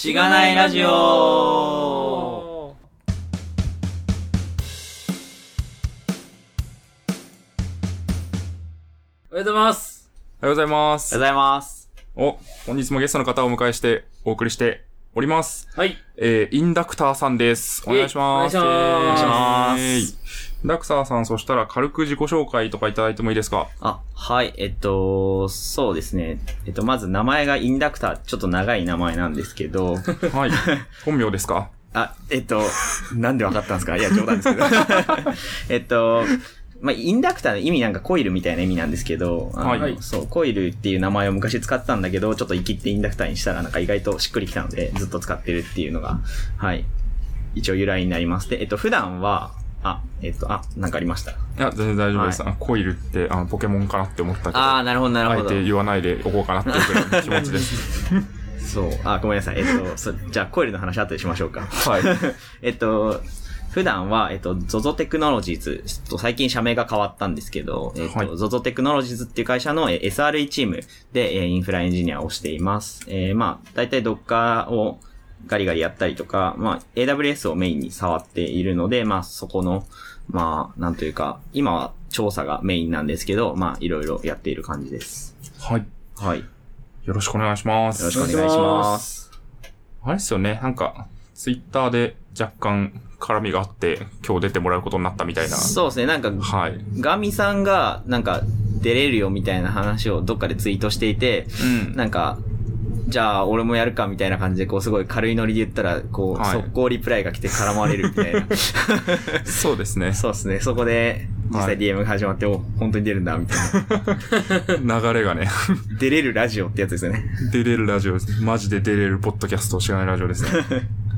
しがないラジオ。おはようございます。 おはようございます。 おはようございます。 本日もゲストの方をお迎えしてお送りしております。 はい。 インダクターさんです。お願いします。 お願いします。 インダクターさん、そしたら軽く自己紹介とかいただいてもいいですか？ はい。そうですね。まず名前がインダクター、ちょっと長い名前なんですけど。 はい。本名ですか？ なんでわかったんですか？いや、冗談ですけど。インダクターの意味なんかコイルみたいな意味なんですけど、 はい。 そう、コイルっていう名前を昔使ってたんだけど、ちょっと生きってインダクターにしたらなんか意外としっくりきたので、ずっと使ってるっていうのが、はい。一応由来になります。で、普段は、なんかありました。いや、全然大丈夫です。はい、コイルって、ポケモンかなって思ったけど。 なるほど、なるほど。 あえて言わないでおこうかなっていうくらいの気持ちです。 そう、ごめんなさい。じゃあ、コイルの話後でしましょうか。 はい。 普段は、ZOZO テクノロジーズ、最近社名が変わったんですけど、ZOZO テクノロジーズっていう会社の SRE チームで、インフラエンジニアをしています。大体 Docker をガリガリやったりとか、AWS をメインに触っているので、そこの、なんというか、今は調査がメインなんですけど、いろいろやっている感じです。 はい。 はい。 よろしくお願いします。 よろしくお願いします。 あれですよね、なんか、ツイッターで若干絡みがあって、今日出てもらうことになったみたいな。 そうですね、なんか、 はい。 ガミさんが、なんか、出れるよみたいな話をどっかでツイートしていて、なんか、じゃあ、俺もやるかみたいな感じで、すごい軽いノリで言ったら、速攻リプライが来て絡まれるみたいな。 そうですね。 そうですね。そこで、実際 DM が始まって、本当に出るんだ、みたいな。流れがね。 出れるラジオってやつですよね。 出れるラジオです。マジで出れるポッドキャスト、しがないラジオですね。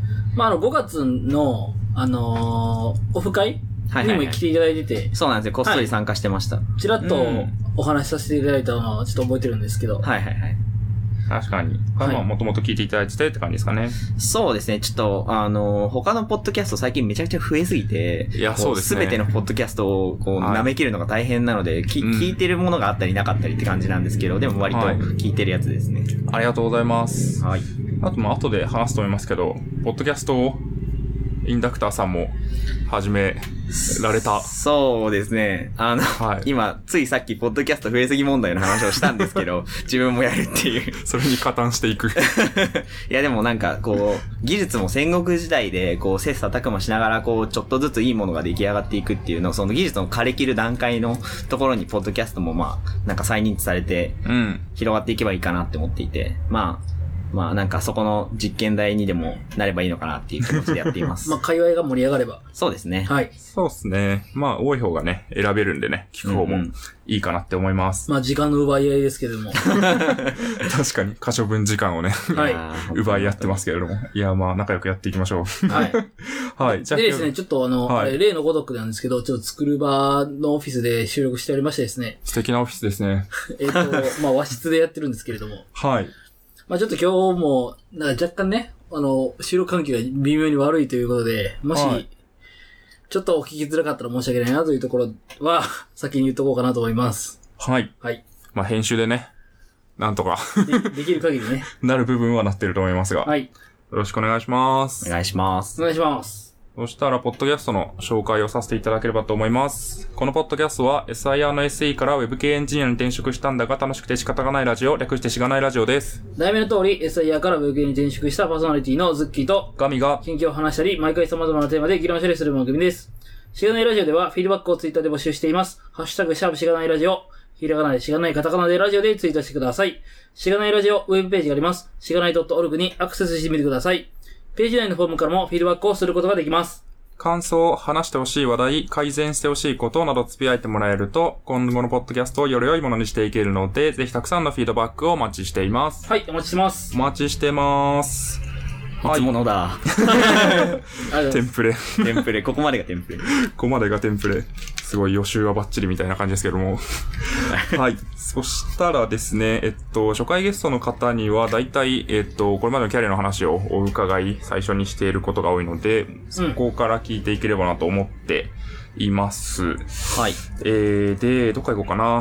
5月の、オフ会にも来ていただいてて。 そうなんですよ。こっそり参加してました。 ちらっとお話しさせていただいたのはちょっと覚えてるんですけど。 はいはいはい。 確かに。もともと聞いていただいててって感じですかね。 そうですね。ちょっと、他のポッドキャスト最近めちゃくちゃ増えすぎて、 いや、そうですね。 すべてのポッドキャストを舐め切るのが大変なので、聞いてるものがあったりなかったりって感じなんですけど、でも割と聞いてるやつですね。 ありがとうございます。 はい。 あと、後で話すと思いますけど、ポッドキャストをインダクターさんも始められた。 そうですね。今、ついさっき、ポッドキャスト増えすぎ問題の話をしたんですけど、自分もやるっていう。 それに加担していく。 いや、でもなんか、技術も戦国時代で、切磋琢磨しながら、ちょっとずついいものが出来上がっていくっていうのを、その技術の枯れ切る段階のところに、ポッドキャストもなんか再認知されて、広がっていけばいいかなって思っていて、なんかそこの実験台にでもなればいいのかなっていう気持ちでやっています。 界隈が盛り上がれば。 そうですね。 はい。 そうですね。多い方がね、選べるんでね、聞く方もいいかなって思います。 時間の奪い合いですけれども。 確かに、可処分時間をね、奪い合ってますけれども。いや、仲良くやっていきましょう。 はい。 はい。 じゃあ。でですね、ちょっと例のごとくなんですけど、ちょっと作る場のオフィスで収録しておりましてですね。 素敵なオフィスですね。 和室でやってるんですけれども。 はい。 ちょっと今日も、若干ね、収録環境が微妙に悪いということで、もし、ちょっとお聞きづらかったら申し訳ないなというところは、先に言っとこうかなと思います。 はい。 はい。 編集でね、なんとかできる限りね。 なる部分はなってると思いますが。 はい。 よろしくお願いします。 お願いします。 お願いします。 そしたら、ポッドキャストの紹介をさせていただければと思います。このポッドキャストは、SIR の SE から Web 系エンジニアに転職したんだが楽しくて仕方がないラジオ、略してしがないラジオです。 題名の通り、SIR から Web 系に転職したパーソナリティのズッキーと、 ガミが、 近況を話したり、毎回様々なテーマで議論したりする番組です。しがないラジオでは、フィードバックをツイッターで募集しています。ハッシュタグ、#しがないラジオ、ひらがなでしがないカタカナでラジオでツイートしてください。しがないラジオ、ウェブページがあります。しがない .org にアクセスしてみてください。ページ内のフォームからもフィードバックをすることができます。 感想、話してほしい話題、改善してほしいことなどつぶやいてもらえると、今後のポッドキャストをより良いものにしていけるので、ぜひたくさんのフィードバックをお待ちしています。 はい、お待ちしてます。 お待ちしてます。 初物だ。 テンプレ。 テンプレ。ここまでがテンプレ。 ここまでがテンプレ。すごい予習はバッチリみたいな感じですけども。はい。そしたらですね、初回ゲストの方には、だいたい、これまでのキャリアの話をお伺い、最初にしていることが多いので、そこから聞いていければなと思っています。 はい。 で、どっか行こうかな。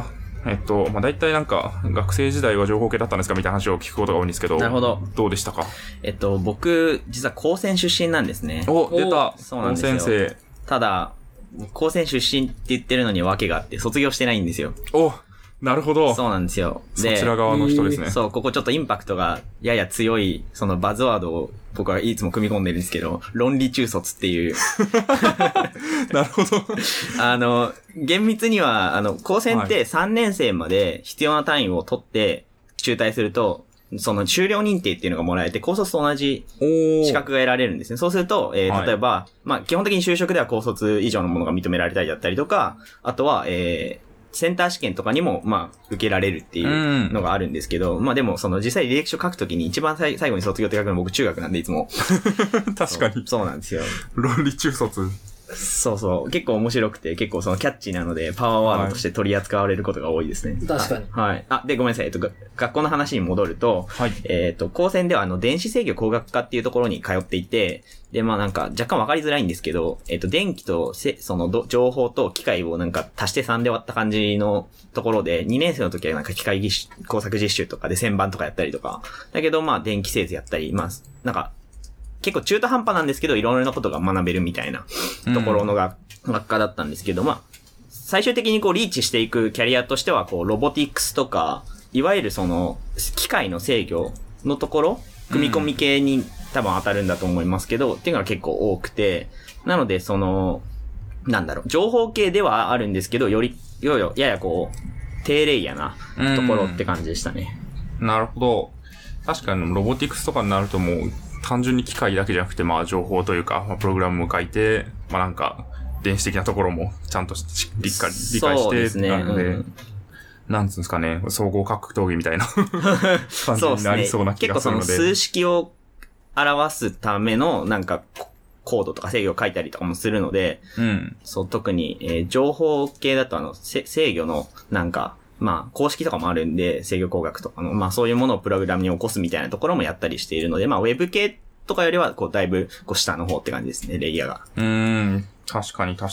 大体なんか、学生時代は情報系だったんですかみたいな話を聞くことが多いんですけど。 なるほど。 どうでしたか？ 僕、実は高専出身なんですね。 出た。 そうなんですよ。 高専生。 ただ、高専出身って言ってるのに訳があって、卒業してないんですよ。 なるほど。 そうなんですよ。で、 そちら側の人ですね。 そう、ここちょっとインパクトがやや強い、そのバズワードを僕はいつも組み込んでるんですけど、論理中卒っていう。 なるほど。 厳密には、高専って3年生まで必要な単位を取って中退すると、その修了認定っていうのがもらえて、高卒と同じ資格が得られるんですね。そうすると、例えば、基本的に就職では高卒以上のものが認められたりだったりとか、あとは、センター試験とかにも、受けられるっていうのがあるんですけど、でも、実際履歴書書くときに一番最後に卒業って書くの僕中学なんでいつも。 確かに。 そうなんですよ。 論理中卒。 そうそう。結構面白くて、結構キャッチーなので、パワーワードとして取り扱われることが多いですね。 確かに。 はい。で、ごめんなさい。学校の話に戻ると、高専では電子制御工学科っていうところに通っていて、で、なんか若干わかりづらいんですけど、電気と情報と機械をなんか足して3で割った感じのところで、2年生の時はなんか機械工作実習とかで旋盤とかやったりとか、だけど電気製図やったり、なんか、結構中途半端なんですけど、いろいろなことが学べるみたいなところの学科だったんですけど、最終的にリーチしていくキャリアとしては、ロボティクスとか、いわゆる機械の制御のところ、組み込み系に多分当たるんだと思いますけど、っていうのが結構多くて、なので情報系ではあるんですけど、やや低レイヤなところって感じでしたね。 なるほど。確かにロボティクスとかになるともう、単純に機械だけじゃなくて、情報というか、プログラムも書いて、なんか、電子的なところもちゃんと理解して、 そうですね。 なんつうんですかね、総合格闘技みたいな感じになりそうな気がするので。 結構数式を表すための、なんか、コードとか制御を書いたりとかもするので、特に、情報系だと制御の、なんか、公式とかもあるんで、制御工学とかの、そういうものをプログラムに起こすみたいなところもやったりしているので、ウェブ系とかよりは、だいぶ、下の方って感じですね、レイヤーが。 確かに。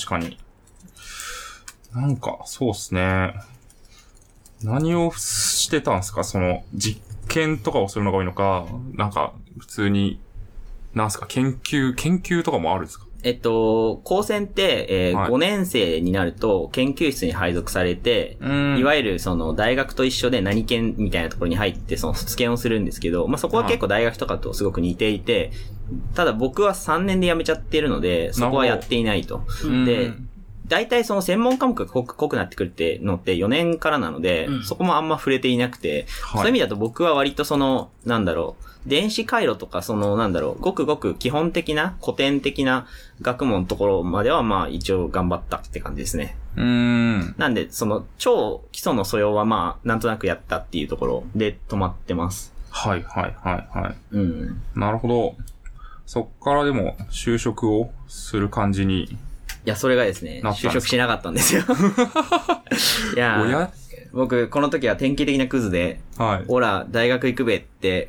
なんか、そうっすね。何をしてたんですか？実験とかをするのが多いのか、なんか、普通に、なんすか、研究とかもあるんですか？ 高専って、5年生になると研究室に配属されて、いわゆる大学と一緒で何研みたいなところに入って卒研をするんですけど、そこは結構大学とかとすごく似ていて、ただ僕は3年で辞めちゃってるので、そこはやっていないと。で、大体専門科目が濃くなってくるってのって4年からなので、そこもあんま触れていなくて、そういう意味だと僕は割と電子回路とかごくごく基本的な古典的な学問のところまでは一応頑張ったって感じですね。なんで超基礎の素養はなんとなくやったっていうところで止まってます。 はい。なるほど。そっからでも就職をする感じに。 いや、それがですね、就職しなかったんですよ。いや、僕、この時は典型的なクズで、オラ、大学行くべって、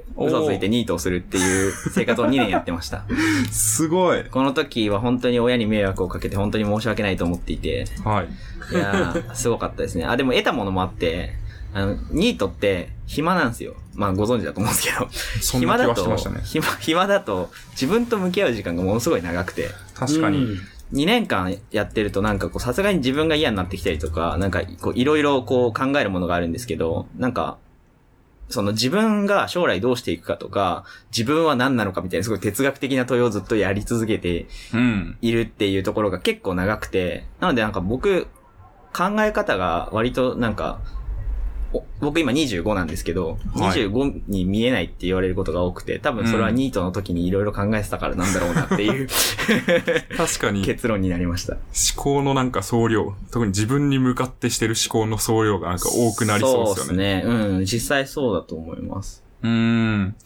嘘ついてニートをするっていう生活を2年やってました。 すごい。 この時は本当に親に迷惑をかけて本当に申し訳ないと思っていて、いや、すごかったですね。でも得たものもあって、ニートって暇なんですよ。ご存知だと思うんですけど。 暇だと、 暇だと自分と向き合う時間がものすごい長くて。 確かに。 2年間やってるとさすがに自分が嫌になってきたりとか、いろいろ考えるものがあるんですけど、自分が将来どうしていくかとか、自分は何なのかみたいなすごい哲学的な問いをずっとやり続けているっていうところが結構長くて、なので僕、考え方が割と僕今25なんですけど、25に見えないって言われることが多くて、多分それはニートの時にいろいろ考えてたからなんだろうなっていう確かに結論になりました。 思考の総量、特に自分に向かってしてる思考の総量が多くなりそうですよね。 そうですね。実際そうだと思います。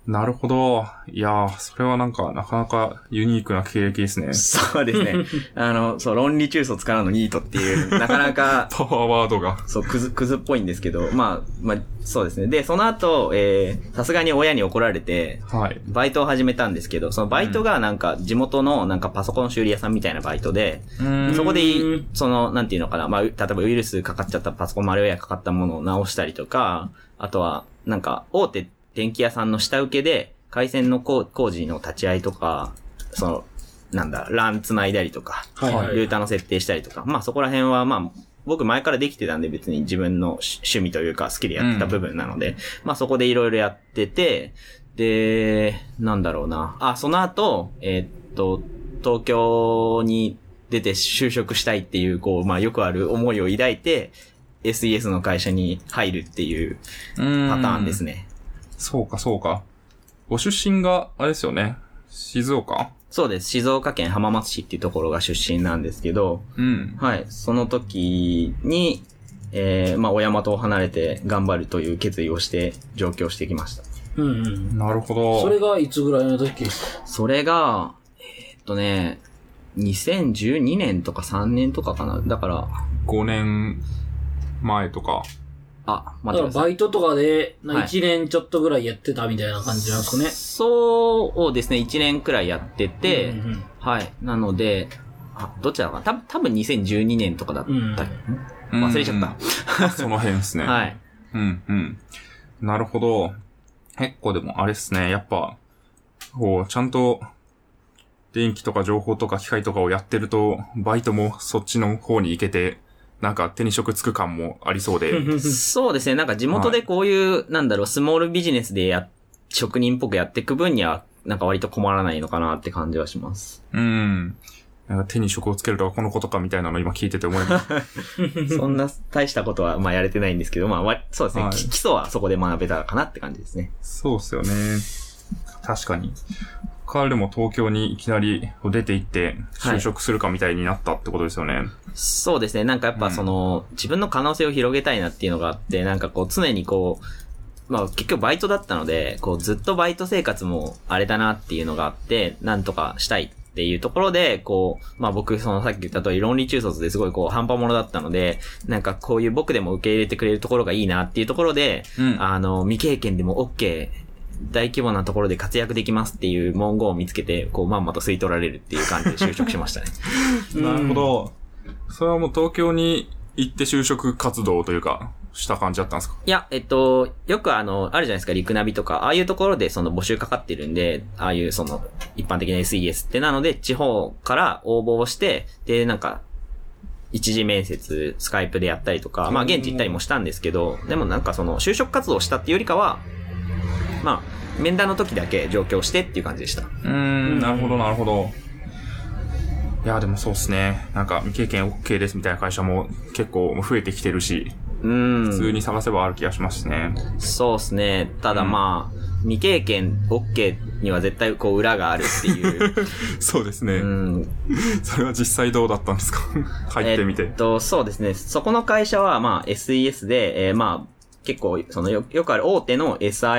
なるほど。いやー、それはなんか、なかなかユニークな経歴ですね。 そうですね。そう、論理中卒からのニートっていう、なかなか、 パワーワードが。 そう、クズっぽいんですけど、まあ、そうですね。で、その後、さすがに親に怒られて、 はい。 バイトを始めたんですけど、そのバイトがなんか、地元のなんかパソコン修理屋さんみたいなバイトで、そこで、なんていうのかな、まあ、例えばウイルスかかっちゃったパソコン、マルウェアかかったものを直したりとか、あとは、なんか、大手電気屋さんの下請けで、回線の工事の立ち会いとか、LAN 繋いだりとか、 はいはい。 ルーターの設定したりとか、まあそこら辺はまあ、僕前からできてたんで別に自分の趣味というか好きでやってた部分なので、まあそこでいろいろやってて、で、なんだろうな。その後、東京に出て就職したいっていう、まあよくある思いを抱いて、SES の会社に入るっていうパターンですね。 そうか、そうか。ご出身が、あれですよね。静岡？ そうです。静岡県浜松市っていうところが出身なんですけど、はい。その時に、まあ、親元を離れて頑張るという決意をして上京してきました。 なるほど。 それがいつぐらいの時ですか？ それが、2012年とか3年とかかな。だから、 5年前とか。 待ってください。 バイトとかで、1年ちょっとぐらいやってたみたいな感じなんですかね。 そうですね、1年くらいやってて、はい。なので、どっちだろうかな。多分2012年とかだった。忘れちゃった。 その辺ですね。 はい。 なるほど。結構でもあれですね、やっぱ、ちゃんと、電気とか情報とか機械とかをやってると、バイトもそっちの方に行けて、なんか手に職つく感もありそうで。 そうですね。なんか地元でこういう、スモールビジネスで職人っぽくやっていく分には、なんか割と困らないのかなって感じはします。 なんか手に職をつけるとかこのことかみたいなの今聞いてて思います。 そんな大したことはやれてないんですけど、そうですね、基礎はそこで学べたかなって感じですね。 そうですよね。確かに。彼も東京にいきなり出て行って就職するかみたいになったってことですよね。 そうですね。なんかやっぱ自分の可能性を広げたいなっていうのがあって、なんか常に結局バイトだったので、ずっとバイト生活もあれだなっていうのがあって、なんとかしたいっていうところで、僕さっき言った通り論理中卒ですごい半端者だったので、なんかこういう僕でも受け入れてくれるところがいいなっていうところで、未経験でも OK、大規模なところで活躍できますっていう文言を見つけて、まんまと吸い取られるっていう感じで就職しましたね。 なるほど。それはもう東京に行って就職活動というか、した感じだったんですか？ いや、よくあるじゃないですか、リクナビとか、ああいうところで募集かかってるんで、ああいう一般的な SES ってなので、地方から応募をして、で、なんか、一次面接、スカイプでやったりとか、現地行ったりもしたんですけど、でもなんか就職活動したっていうよりかは、面談の時だけ上京してっていう感じでした。 なるほど、なるほど。いや、でもそうですね。なんか未経験 OK ですみたいな会社も結構増えてきてるし、普通に探せばある気がしますね。 そうですね。ただ未経験 OK には絶対裏があるっていう。 そうですね。それは実際どうだったんですか？入ってみて。 そうですね。そこの会社はSES で、結構よくある大手の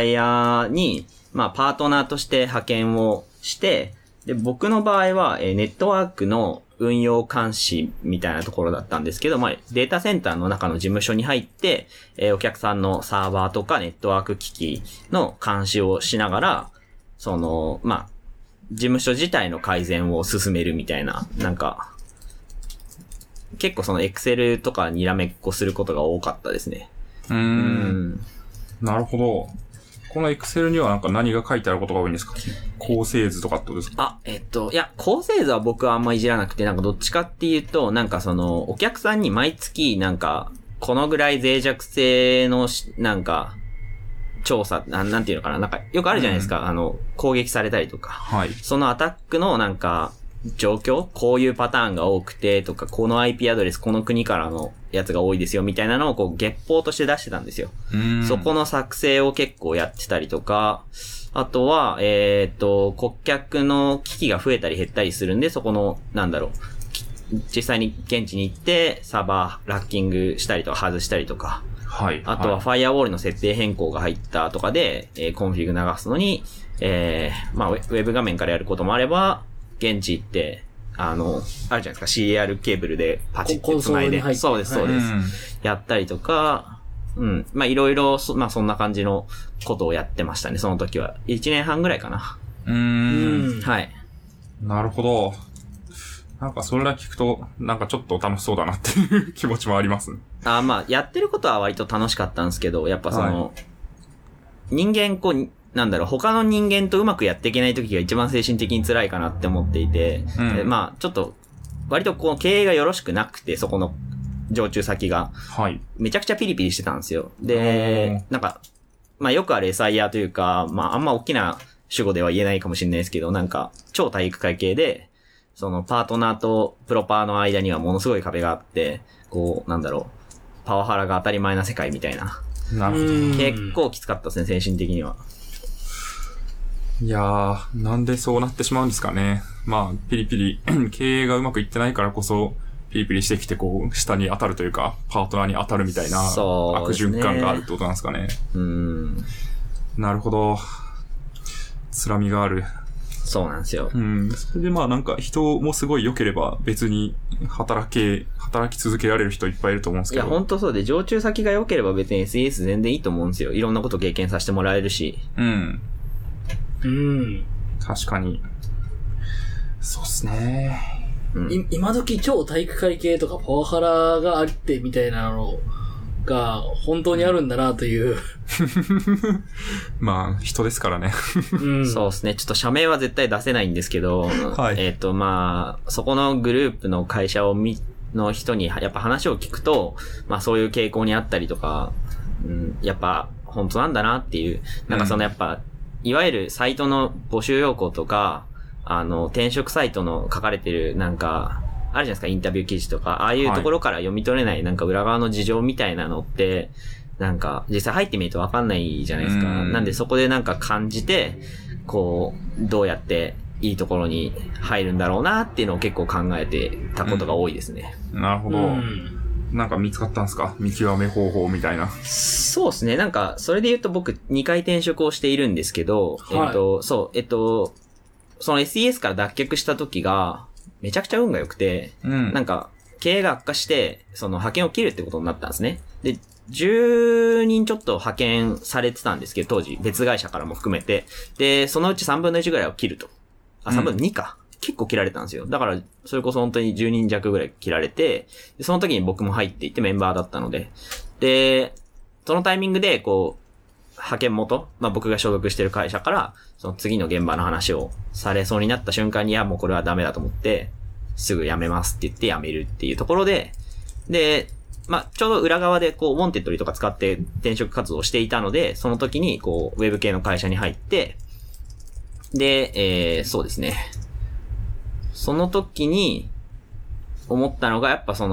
SIR に、パートナーとして派遣をして、で、僕の場合は、ネットワークの運用監視みたいなところだったんですけど、データセンターの中の事務所に入って、お客さんのサーバーとかネットワーク機器の監視をしながら、事務所自体の改善を進めるみたいな、なんか、結構Excel とかにらめっこすることが多かったですね。 なるほど。この Excel にはなんか何が書いてあることが多いんですか？構成図とかってことですか？ いや、構成図は僕はあんまいじらなくて、なんかどっちかっていうと、なんかお客さんに毎月、なんか、このぐらい脆弱性の、なんか、調査、なんていうのかな、なんか、よくあるじゃないですか、攻撃されたりとか。 はい。 そのアタックの、なんか、状況、こういうパターンが多くてとか、この IP アドレスこの国からのやつが多いですよみたいなのを月報として出してたんですよ。そこの作成を結構やってたりとか、あとは、顧客の機器が増えたり減ったりするんで、そこの、実際に現地に行ってサーバーラッキングしたりとか外したりとか、 はい。 あとはファイアウォールの設定変更が入ったとかで、コンフィグ流すのに、まあ、ウェブ画面からやることもあれば、現地行って、あるじゃないですか、CAR ケーブルでパチッて繋いで。そうです、そうです。やったりとか、まあ、いろいろ、まあ、そんな感じのことをやってましたね、その時は。1年半ぐらいかな。はい。 なるほど。なんかそれだけ聞くと、なんかちょっと楽しそうだなっていう気持ちもありますね。 まあ、やってることは割と楽しかったんですけど、やっぱその、人間他の人間とうまくやっていけない時が一番精神的に辛いかなって思っていて、まあ、ちょっと、割と経営がよろしくなくて、そこの常駐先が。はい。めちゃくちゃピリピリしてたんですよ。で、なんか、まあよくある SIR というか、まああんま大きな主語では言えないかもしれないですけど、なんか、超体育会系で、そのパートナーとプロパーの間にはものすごい壁があって、パワハラが当たり前な世界みたいな。なるほど。結構きつかったですね、精神的には。 いやー、なんでそうなってしまうんですかね。まあ、ピリピリ、経営がうまくいってないからこそ、ピリピリしてきて、下に当たるというか、パートナーに当たるみたいな、悪循環があるってことなんですかね。なるほど。つらみがある。 そうなんですよ。 それでまあなんか人もすごい良ければ別に働き続けられる人いっぱいいると思うんですけど。 いや、ほんとそうで、常駐先が良ければ別に SES 全然いいと思うんですよ。いろんなこと経験させてもらえるし。 確かに。そうっすね。 今時超体育会系とかパワハラがあってみたいなのが本当にあるんだなという。 まあ、人ですからね。 そうですね。ちょっと社名は絶対出せないんですけど、はい、まあ、そこのグループの会社の人にやっぱ話を聞くと、まあそういう傾向にあったりとか、やっぱ本当なんだなっていう、なんかやっぱ、いわゆるサイトの募集要項とか、転職サイトの書かれてるなんか、あるじゃないですか、インタビュー記事とか、ああいうところから読み取れないなんか裏側の事情みたいなのって、なんか実際入ってみるとわかんないじゃないですか。なんでそこでなんか感じて、どうやっていいところに入るんだろうなっていうのを結構考えてたことが多いですね。 なるほど。なんか見つかったんですか？見極め方法みたいな。 そうですね。なんか、それで言うと僕2回転職をしているんですけど、その SES から脱却した時が、めちゃくちゃ運が良くて、なんか、経営が悪化して、その派遣を切るってことになったんですね。で、10人ちょっと派遣されてたんですけど、当時、別会社からも含めて。で、そのうち3分の1ぐらいを切ると。3分の2か。結構切られたんですよ。だから、それこそ本当に10人弱ぐらい切られて、でその時に僕も入っていってメンバーだったので。で、そのタイミングで、派遣元、まあ僕が所属してる会社から、その次の現場の話をされそうになった瞬間に、いやもうこれはダメだと思って、すぐ辞めますって言って辞めるっていうところで、で、まあちょうど裏側でウォンテッドリーとか使って転職活動をしていたので、その時にウェブ系の会社に入って、で、そうですね。その時に思ったのがやっぱ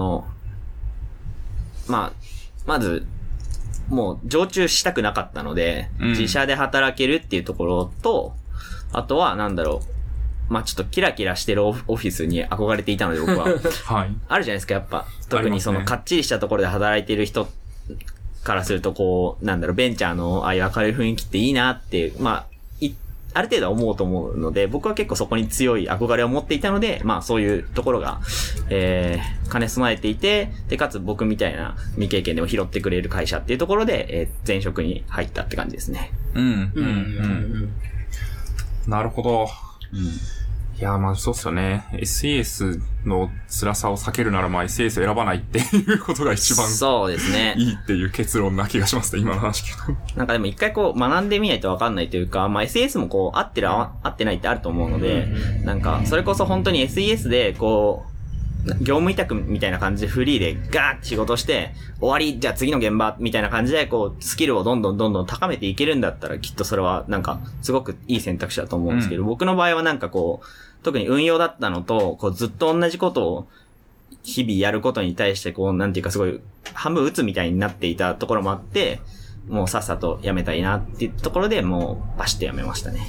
まず、もう常駐したくなかったので、自社で働けるっていうところと、あとはまあちょっとキラキラしてるオフィスに憧れていたので僕は。はい。あるじゃないですか、やっぱ。特にかっちりしたところで働いている人からするとベンチャーのああいう明るい雰囲気っていいなって、まあ、ある程度は思うと思うので、僕は結構そこに強い憧れを持っていたので、まあそういうところが、兼ね備えていて、で、かつ僕みたいな未経験でも拾ってくれる会社っていうところで、前職に入ったって感じですね。 なるほど。いや、まあそうっすよね。SES の辛さを避けるならまあ SES 選ばないっていうことが一番そうですね。 いいっていう結論な気がしますね、今の話聞くと。 なんかでも一回学んでみないとわかんないというか、まあ SES も合ってる合ってないってあると思うので、なんかそれこそ本当に SES で業務委託みたいな感じでフリーでガーって仕事して終わりじゃあ次の現場みたいな感じでスキルをどんどん高めていけるんだったらきっとそれはなんかすごくいい選択肢だと思うんですけど、僕の場合はなんか特に運用だったのとずっと同じことを日々やることに対してなんていうかすごい半分打つみたいになっていたところもあって、もうさっさと辞めたいなっていうところでもうバシッと辞めましたね。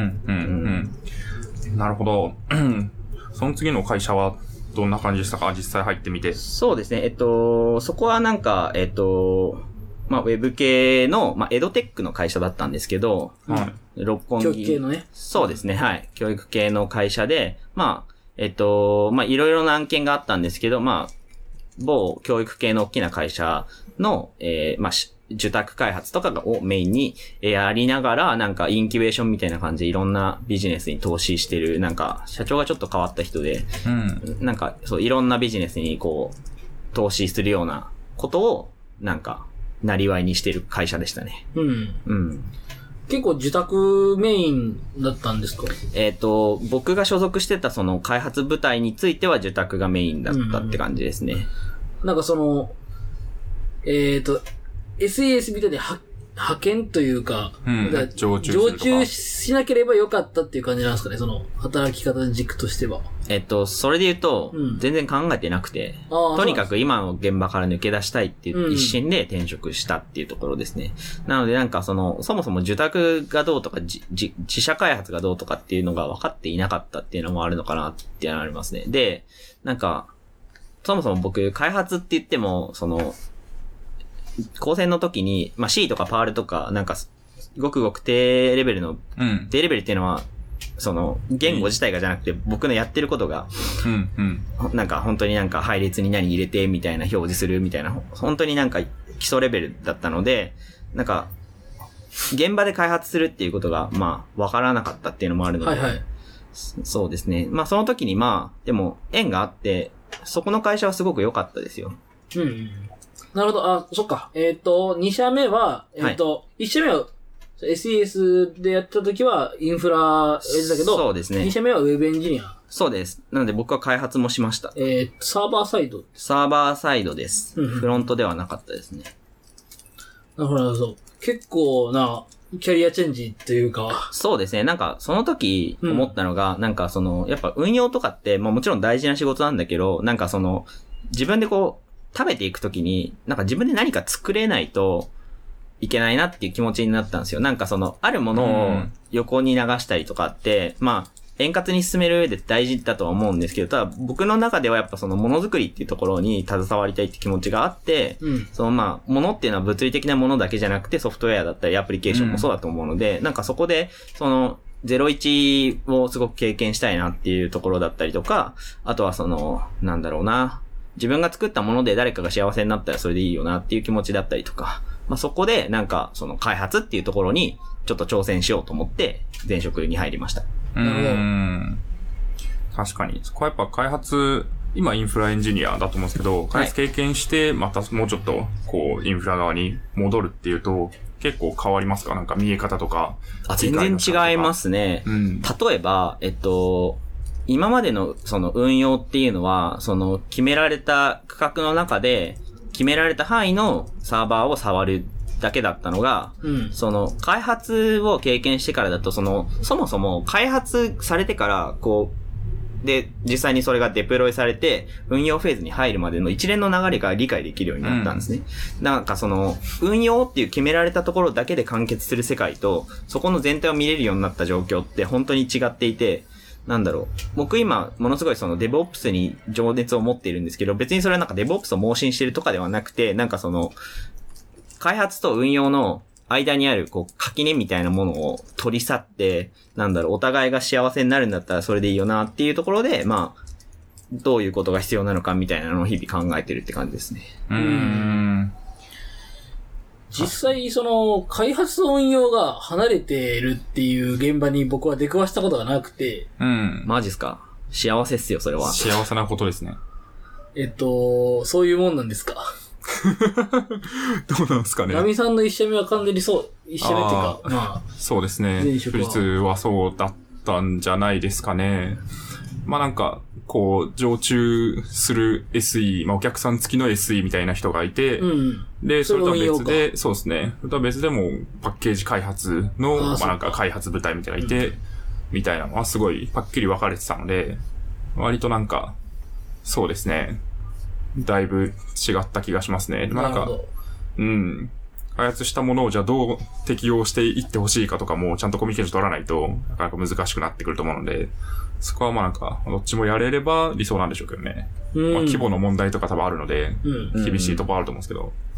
なるほど。その次の会社はどんな感じでしたか？実際入ってみて。 そうですね。そこはなんか、 まあ、ウェブ系の、まあ、エドテックの会社だったんですけど、 はい。 六本木。 教育系のね。 そうですね、はい。教育系の会社で、まあ、まあ、いろいろな案件があったんですけど、まあ、某教育系の大きな会社の、まあ、受託開発とかをメインにやりながら、なんかインキュベーションみたいな感じでいろんなビジネスに投資してる、なんか社長がちょっと変わった人で、なんかそういろんなビジネスにこう、投資するようなことを、なんか、なりわいにしてる会社でしたね。 結構受託メインだったんですか？ 僕が所属してたその開発部隊については受託がメインだったって感じですね。 なんかその、SAS みたいに派遣というか、 常駐しなければよかったっていう感じなんですかね、その働き方の軸としては。 それで言うと、全然考えてなくて、とにかく今の現場から抜け出したいっていう一心で転職したっていうところですね。なのでなんかそもそも受託がどうとか、自社開発がどうとかっていうのが分かっていなかったっていうのもあるのかなっていうのがありますね。で、なんか、そもそも僕、開発って言っても、高専の時に、まあ、C とか PARL とか、なんか、ごくごく低レベルの、低レベルっていうのは、言語自体がじゃなくて、僕のやってることが、なんか本当になんか配列に何入れて、みたいな表示するみたいな、本当になんか基礎レベルだったので、なんか、現場で開発するっていうことが、まあ、わからなかったっていうのもあるので、そうですね。まあ、その時にまあ、でも、縁があって、そこの会社はすごく良かったですよ。 なるほど。あ、そっか。2社目は、1社目は SES でやった時はインフラエンジだけど、 そうですね。 2社目はウェブエンジニア。 そうです。なので僕は開発もしました。 サーバーサイド？ サーバーサイドです。フロントではなかったですね。 なるほど。結構な、キャリアチェンジというか。 そうですね。なんか、その時思ったのが、なんかやっぱ運用とかって、まあもちろん大事な仕事なんだけど、なんか自分でこう、食べていくときに、なんか自分で何か作れないといけないなっていう気持ちになったんですよ。なんかあるものを横に流したりとかって、まあ、円滑に進める上で大事だとは思うんですけど、ただ僕の中ではやっぱものづくりっていうところに携わりたいって気持ちがあって、まあ、ものっていうのは物理的なものだけじゃなくてソフトウェアだったりアプリケーションもそうだと思うので、なんかそこで、01をすごく経験したいなっていうところだったりとか、あとはなんだろうな、自分が作ったもので誰かが幸せになったらそれでいいよなっていう気持ちだったりとか、まあ、そこでなんか開発っていうところにちょっと挑戦しようと思って前職に入りました。 確かに。そこはやっぱ開発、今インフラエンジニアだと思うんですけど、開発経験してまたもうちょっとインフラ側に戻るっていうと結構変わりますか？なんか見え方とか。 全然違いますね。例えば、今までの運用っていうのは、決められた区画の中で、決められた範囲のサーバーを触るだけだったのが、開発を経験してからだと、そもそも開発されてから、で、実際にそれがデプロイされて、運用フェーズに入るまでの一連の流れが理解できるようになったんですね。なんか運用っていう決められたところだけで完結する世界と、そこの全体を見れるようになった状況って本当に違っていて、なんだろう。僕今、ものすごいDevOps に情熱を持っているんですけど、別にそれはなんか DevOps を盲信してるとかではなくて、なんか開発と運用の間にある、垣根みたいなものを取り去って、なんだろう、お互いが幸せになるんだったらそれでいいよなっていうところで、まあ、どういうことが必要なのかみたいなのを日々考えてるって感じですね。 実際、開発と運用が離れてるっていう現場に僕は出くわしたことがなくて。 マジっすか？幸せっすよ、それは。 幸せなことですね。 そういうもんなんですか？ どうなんですかね。 ナミさんの一社目は完全に一社目っていうか、まあ。 そうですね。富士通はそうだったんじゃないですかね。まあなんか、常駐する SE、まあお客さん付きの SE みたいな人がいて、で、それとは別で、そうですね。それとは別でもパッケージ開発の、まあなんか開発部隊みたいなのがいて、みたいなのはすごいパッキリ分かれてたので、割となんか、そうですね。だいぶ違った気がしますね。まあなんか、開発したものをじゃあどう適用していってほしいかとかもちゃんとコミュニケーション取らないとなかなか難しくなってくると思うので、そこはまあなんかどっちもやれれば理想なんでしょうけどね。まあ規模の問題とか多分あるので、厳しいところあると思うんですけど。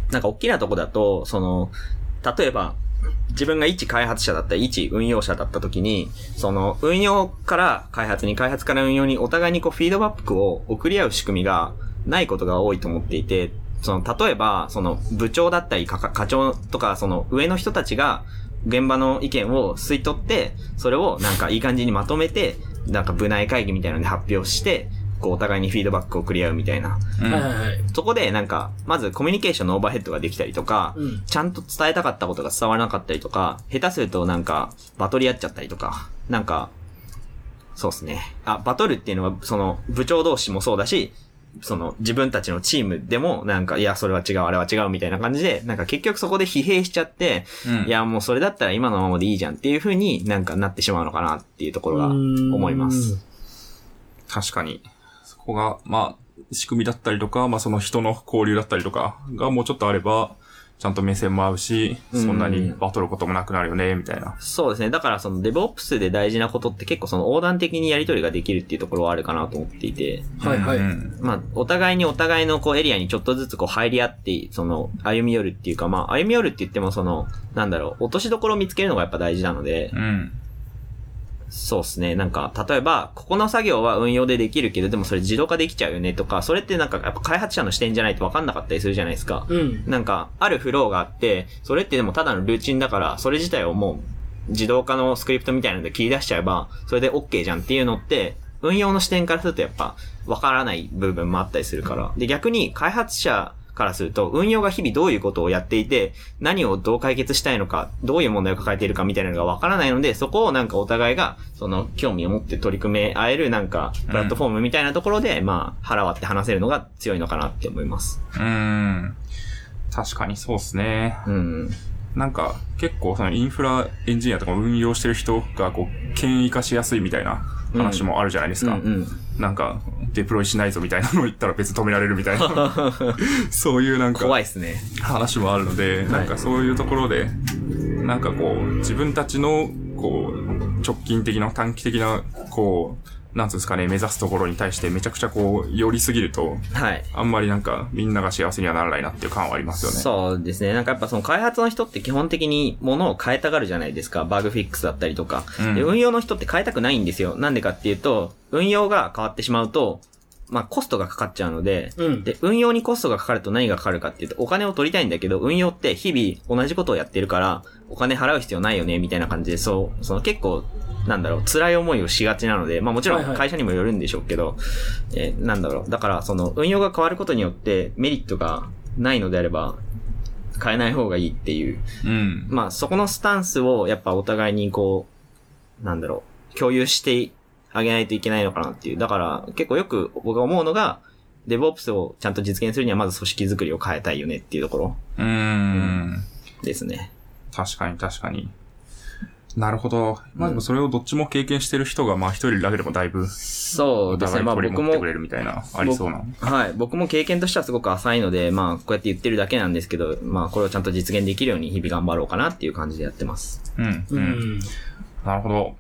なんか大きなとこだと、例えば、自分が一開発者だったり、一運用者だった時に、運用から開発に、開発から運用にお互いにフィードバックを送り合う仕組みがないことが多いと思っていて、例えば、部長だったり、課長とか、上の人たちが、現場の意見を吸い取って、それをなんかいい感じにまとめて、なんか部内会議みたいなので発表して、お互いにフィードバックを送り合うみたいな。 はいはいはい。 そこでなんか、まずコミュニケーションのオーバーヘッドができたりとか、ちゃんと伝えたかったことが伝わらなかったりとか、下手するとなんか、バトり合っちゃったりとか、なんか、そうですね。バトルっていうのは、部長同士もそうだし、自分たちのチームでも、なんか、いや、それは違う、あれは違う、みたいな感じで、なんか結局そこで疲弊しちゃって、いや、もうそれだったら今のままでいいじゃんっていう風になんかなってしまうのかなっていうところが思います。 確かに。そこが、まあ、仕組みだったりとか、まあその人の交流だったりとかがもうちょっとあれば、ちゃんと目線も合うし、そんなにバトることもなくなるよね、みたいな。 そうですね。だからDevOps で大事なことって結構横断的にやり取りができるっていうところはあるかなと思っていて。 はいはい。 まあ、お互いにお互いのエリアにちょっとずつ入り合って、歩み寄るっていうか、まあ、歩み寄るって言ってもなんだろう、落としどころを見つけるのがやっぱ大事なので。そうですね。なんか、例えば、ここの作業は運用でできるけど、でもそれ自動化できちゃうよねとか、それってなんか、やっぱ開発者の視点じゃないと分かんなかったりするじゃないですか。なんか、あるフローがあって、それってでもただのルーチンだから、それ自体をもう、自動化のスクリプトみたいなので切り出しちゃえば、それで OK じゃんっていうのって、運用の視点からするとやっぱ、分からない部分もあったりするから。で、逆に、開発者、からすると、運用が日々どういうことをやっていて、何をどう解決したいのか、どういう問題を抱えているかみたいなのがわからないので、そこをなんかお互いが、興味を持って取り組め合えるなんか、プラットフォームみたいなところで、まあ、腹割って話せるのが強いのかなって思います。 確かにそうですね。なんか、結構インフラエンジニアとか運用してる人が権威化しやすいみたいな話もあるじゃないですか。なんか、デプロイしないぞみたいなのを言ったら別に止められるみたいな。そういうなんか、 怖いっすね。 話もあるので、なんかそういうところで、なんか自分たちの、直近的な、短期的な、なんつうんですかね、目指すところに対してめちゃくちゃ寄りすぎると、あんまりなんかみんなが幸せにはならないなっていう感はありますよね。 そうですね。なんかやっぱ開発の人って基本的に物を変えたがるじゃないですか。バグフィックスだったりとか。で、運用の人って変えたくないんですよ。なんでかっていうと、運用が変わってしまうと、まあ、コストがかかっちゃうので、で、運用にコストがかかると何がかかるかっていうと、お金を取りたいんだけど、運用って日々同じことをやってるから、お金払う必要ないよね、みたいな感じで、結構、なんだろう、辛い思いをしがちなので、まあもちろん会社にもよるんでしょうけど、なんだろう、だから運用が変わることによってメリットがないのであれば、変えない方がいいっていう。まあそこのスタンスをやっぱお互いになんだろう、共有してあげないといけないのかなっていう。だから結構よく僕が思うのが、DevOps をちゃんと実現するにはまず組織づくりを変えたいよねっていうところ。ですね。 確かに確かに。なるほど。まあでもそれをどっちも経験してる人がまあ一人だけでもだいぶ。 そうですね。まあ僕も。 持ってくれるみたいな、ありそうな。 はい。僕も経験としてはすごく浅いので、まあこうやって言ってるだけなんですけど、まあこれをちゃんと実現できるように日々頑張ろうかなっていう感じでやってます。 なるほど。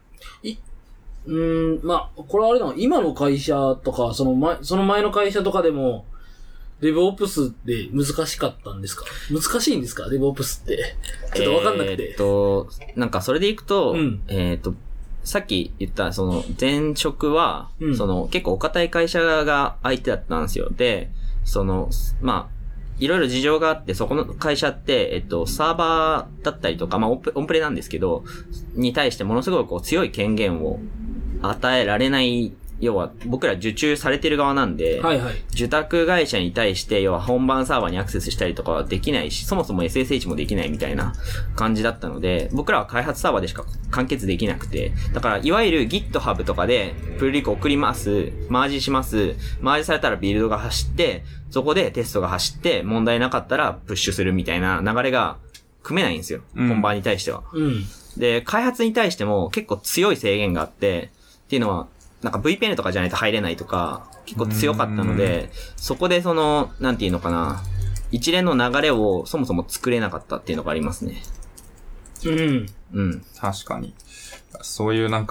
まあ、これはあれだな、今の会社とか、その前の会社とかでも、DevOps って難しかったんですか？難しいんですか？ DevOps って。ちょっとわかんなくて。 なんかそれでいくと、さっき言った前職は、結構お堅い会社が相手だったんですよ。で、まあ、いろいろ事情があって、そこの会社って、サーバーだったりとか、まあ、オンプレなんですけど、に対してものすごい強い権限を与えられない、要は僕ら受注されてる側なんで、受託会社に対して要は本番サーバーにアクセスしたりとかはできないし、そもそも SSH もできないみたいな感じだったので、僕らは開発サーバーでしか完結できなくて、だからいわゆる GitHub とかでプルリク送ります、マージします、マージされたらビルドが走って、そこでテストが走って問題なかったらプッシュするみたいな流れが組めないんですよ。本番に対しては。で、開発に対しても結構強い制限があって、っていうのは、なんか VPN とかじゃないと入れないとか、結構強かったので、そこでなんていうのかな、一連の流れをそもそも作れなかったっていうのがありますね。 確かに。そういうなんか、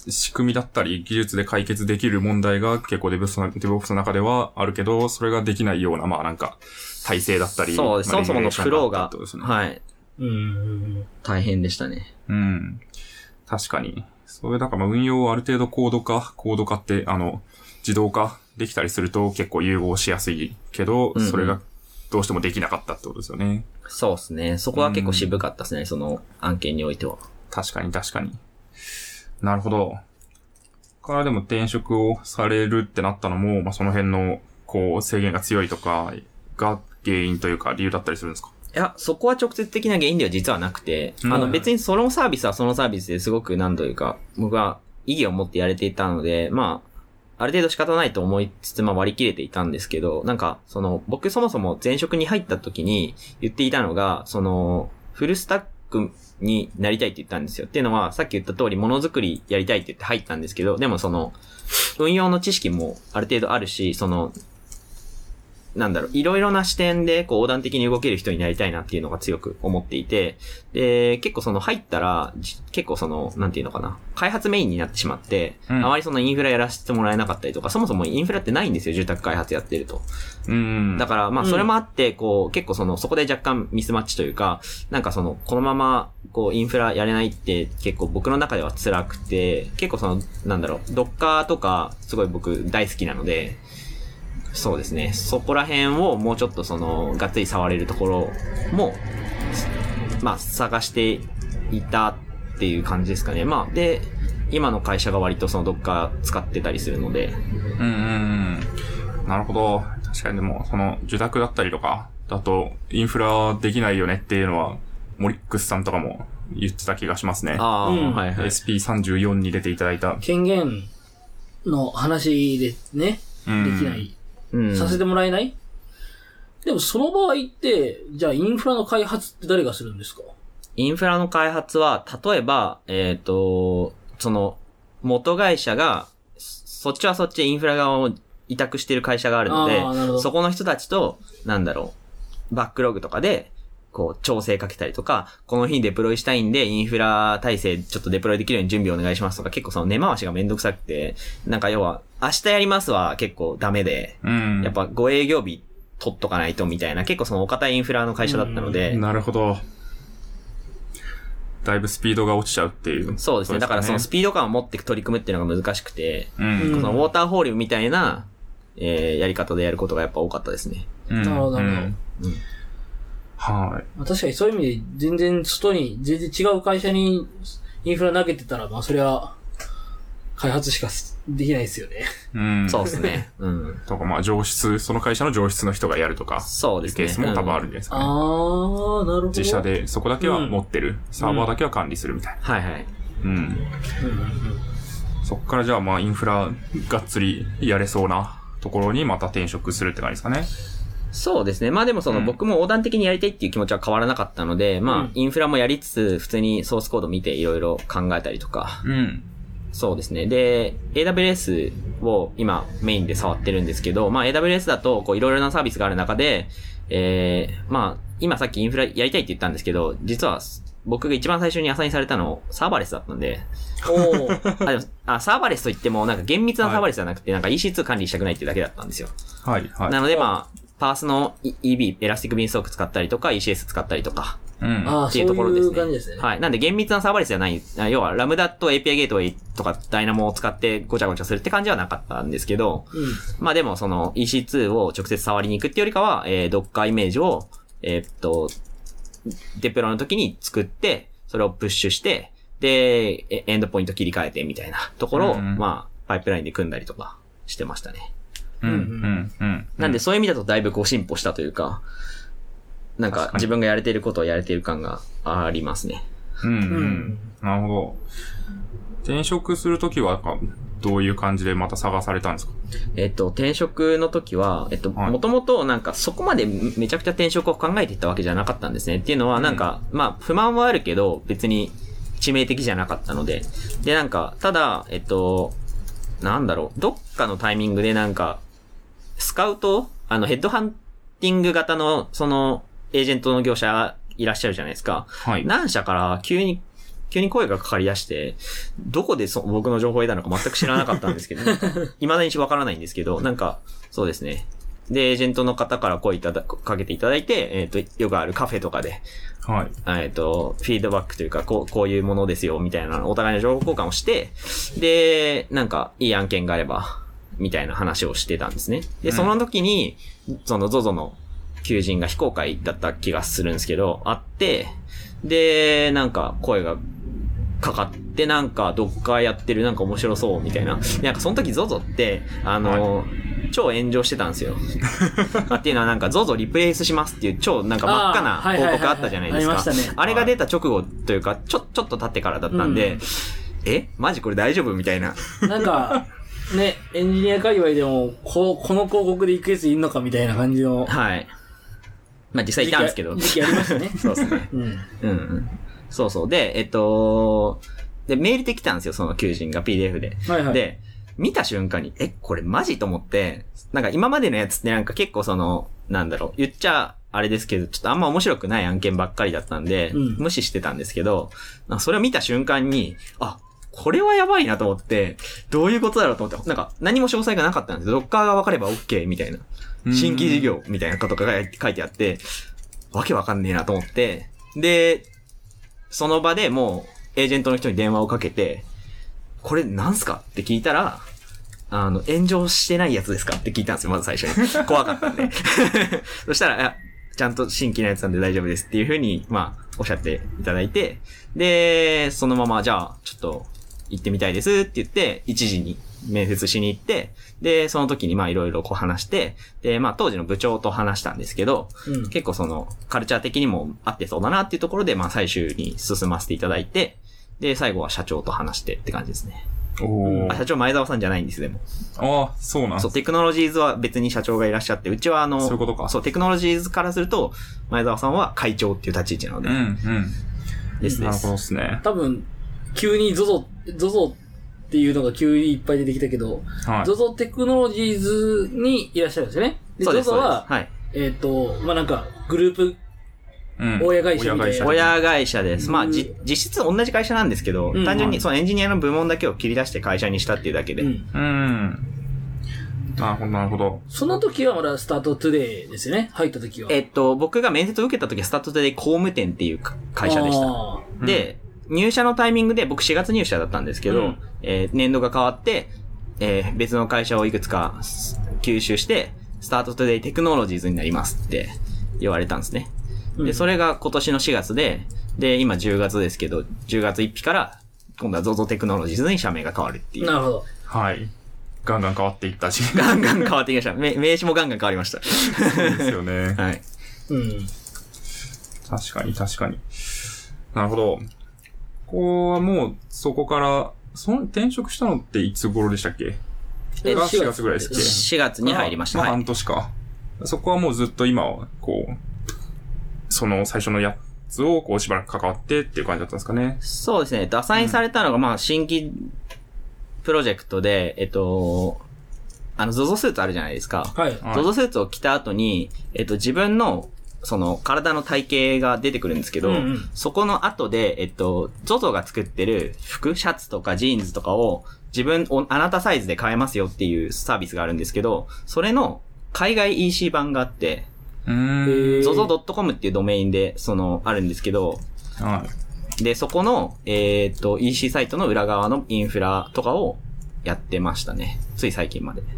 仕組みだったり、技術で解決できる問題が結構DevOps の中ではあるけど、それができないような、まあなんか、体制だったり、 そうです。そもそものフローが、 ね、 はい。大変でしたね。 うん。確かに。それだから運用をある程度コード化って、自動化できたりすると結構融合しやすいけど、それがどうしてもできなかったってことですよね。 そうですね。そこは結構渋かったですね、その案件においては。 確かに。なるほど。からでも転職をされるってなったのも、まあ、その辺の、制限が強いとかが原因というか理由だったりするんですか？ いや、そこは直接的な原因では実はなくて、別にそのサービスはそのサービスですごく何というか、僕は意義を持ってやれていたので、まあ、ある程度仕方ないと思いつつ、まあ割り切れていたんですけど、なんか、僕そもそも前職に入った時に言っていたのが、フルスタックになりたいって言ったんですよ。っていうのは、さっき言った通りものづくりやりたいって言って入ったんですけど、でも運用の知識もある程度あるし、いろいろな視点で横断的に動ける人になりたいなっていうのが強く思っていて、で、結構入ったら、結構なんていうのかな、開発メインになってしまって、あまりインフラやらせてもらえなかったりとか、そもそもインフラってないんですよ、住宅開発やってると。だから、まあ、それもあって、結構そこで若干ミスマッチというか、なんかこのまま、インフラやれないって結構僕の中では辛くて、結構Docker とか、すごい僕大好きなので、そうですね。そこら辺をもうちょっとがっつり触れるところも、まあ、探していたっていう感じですかね。まあ、で、今の会社が割とDocker 使ってたりするので。 なるほど。確かにでも、受託だったりとか、だと、インフラできないよねっていうのは、モリックスさんとかも言ってた気がしますね。 はいはい。 SP34 に出ていただいた。 権限の話でね、できない。させてもらえない？でもその場合って、じゃあインフラの開発って誰がするんですか？ インフラの開発は、例えば、元会社が、そっちはそっちでインフラ側を委託している会社があるので、そこの人たちと、バックログとかで、調整かけたりとか、この日にデプロイしたいんで、インフラ体制ちょっとデプロイできるように準備お願いしますとか、結構根回しがめんどくさくて、要は、明日やりますは結構ダメで、やっぱ5営業日取っとかないとみたいな、結構お堅いインフラの会社だったので。 なるほど。だいぶスピードが落ちちゃうっていう。 そうですね。だからスピード感を持って取り組むっていうのが難しくて、ウォーターホールみたいな、やり方でやることがやっぱ多かったですね。 なるほど、 はい。 確かにそういう意味で全然違う会社にインフラ投げてたら、まあそれは開発しかできないですよね。 そうですね。 とかまあその会社の上質の人がやるとか。 そうですね。 ケースも多分あるんじゃないですかね。 なるほど。 自社でそこだけは持ってる。サーバーだけは管理するみたいな。 はいはい。 そっからじゃあまあインフラがっつりやれそうなところにまた転職するって感じですかね。 そうですね。まあでも僕も横断的にやりたいっていう気持ちは変わらなかったので、まあインフラもやりつつ、普通にソースコード見ていろいろ考えたりとか。そうですね。で、AWS を今メインで触ってるんですけど、まあ AWS だといろいろなサービスがある中で、まあ今さっきインフラやりたいって言ったんですけど、実は僕が一番最初にアサインされたのサーバーレスだったんで。サーバーレスといっても厳密なサーバーレスじゃなくて、EC2 管理したくないっていうだけだったんですよ。 はい。 なのでまあ、パースの EB、エラスティックビーンストック使ったりとか、ECS 使ったりとか、っていうところですね。 そういう感じですね。 はい。なんで厳密なサーバーレスじゃない、要はラムダと API ゲートウェイとかダイナモを使ってごちゃごちゃするって感じはなかったんですけど、まあでもEC2 を直接触りに行くっていうよりかは、Docker イメージを、デプロの時に作って、それをプッシュして、で、エンドポイント切り替えてみたいなところを、まあ、パイプラインで組んだりとかしてましたね。なんでそういう意味だとだいぶ進歩したというか、自分がやれていることをやれている感がありますね。 なるほど。転職するときは、どういう感じでまた探されたんですか？ 転職の時は、もともとそこまでめちゃくちゃ転職を考えていったわけじゃなかったんですね。っていうのはまあ、不満はあるけど、別に致命的じゃなかったので。で、ただ、どっかのタイミングでスカウトヘッドハンティング型の、エージェントの業者いらっしゃるじゃないですか。 はい。 何社から急に急に声がかかり出して、どこで僕の情報を得たのか全く知らなかったんですけど、未だにわからないんですけど、なんか、そうですね。で、エージェントの方から声かけていただいて、よくあるカフェとかで、 はい。 フィードバックというか、こういうものですよ、みたいな、お互いの情報交換をして、で、なんか、いい案件があれば、みたいな話をしてたんですね。で、その時に、その ZOZO の求人が非公開だった気がするんですけど、あって、で、なんか、声がかかって、なんか、どっかやってる、なんか面白そう、みたいな。なんか、その時 ZOZO って、超炎上してたんですよ。っていうのはなんか ZOZO リプレイスしますっていう超なんか真っ赤な広告あったじゃないですか。あれが出た直後というか、ちょっと経ってからだったんで、マジこれ大丈夫みたいな。 なんか、ね、エンジニア界隈でも、この広告で行くやついんのかみたいな感じの。 はい。まあ実際いたんですけど。 時期ありましたね。 そうですね。そうそう。で、で、メールで来たんですよ、その求人が PDF で。 はいはい。 で、見た瞬間に、これマジと思って、なんか今までのやつってなんか結構なんだろう、言っちゃあれですけど、ちょっとあんま面白くない案件ばっかりだったんで、無視してたんですけど、それを見た瞬間に、これはやばいなと思って、どういうことだろうと思って、なんか何も詳細がなかったんですよ。ドッカーが分かれば OK みたいな。新規事業みたいなことが書いてあって、わけわかんねえなと思って、で、その場でもうエージェントの人に電話をかけて、これなんすかって聞いたら、炎上してないやつですかって聞いたんですよ、まず最初に。怖かったんで。そしたら、ちゃんと新規のやつなんで大丈夫ですっていう風に、おっしゃっていただいて、で、そのまま、じゃあ、ちょっと、行ってみたいですって言って、1時に面接しに行って、で、その時にいろいろ話して、で、当時の部長と話したんですけど、結構カルチャー的にも合ってそうだなっていうところで、最終に進ませていただいて、で、最後は社長と話してって感じですね。社長前澤さんじゃないんです、でも。 そうなんです。 そう、テクノロジーズは別に社長がいらっしゃって、うちはそういうことか。 そう、テクノロジーズからすると、前澤さんは会長っていう立ち位置なので。ですね。 なるほどですね。 多分、急に ZOZO っていうのが急にいっぱい出てきたけど、ZOZO テクノロジーズにいらっしゃるんですよね。で、ZOZO は、なんか、グループ、親会社みたいな。 親会社です。実質同じ会社なんですけど、単純にそのエンジニアの部門だけを切り出して会社にしたっていうだけで。 なるほど、なるほど。 その時はまだスタートトゥデイですよね、入った時は。 僕が面接を受けた時はスタートトゥデイ工務店っていう会社でした。で、入社のタイミングで僕4月入社だったんですけど、年度が変わって、別の会社をいくつか吸収して、スタートトゥデイテクノロジーズになりますって言われたんですね。で、それが今年の4月で、今10月ですけど、10月1日から、今度は ZOZO テクノロジーズに社名が変わるっていう。 なるほど。 はい。ガンガン変わっていったし。 ガンガン変わっていきました。名刺もガンガン変わりました。 そうですよね。 はい。 確かに、確かに。なるほど。ここはもう、そこから、転職したのっていつ頃でしたっけ？4月ぐらいですっけ ？4月に入りました。 半年か。そこはもうずっと今は、最初のやつをしばらく関わってっていう感じだったんですかね。 そうですね。アサインされたのが、新規プロジェクトで、ZOZO スーツあるじゃないですか。 はい。 ZOZO スーツを着た後に、自分の、体の体型が出てくるんですけど、そこの後で、ZOZO が作ってる服、シャツとかジーンズとかを、あなたサイズで買えますよっていうサービスがあるんですけど、それの海外 EC 版があって、zozo.com っていうドメインで、あるんですけど、で、そこの、EC サイトの裏側のインフラとかをやってましたね。つい最近まで。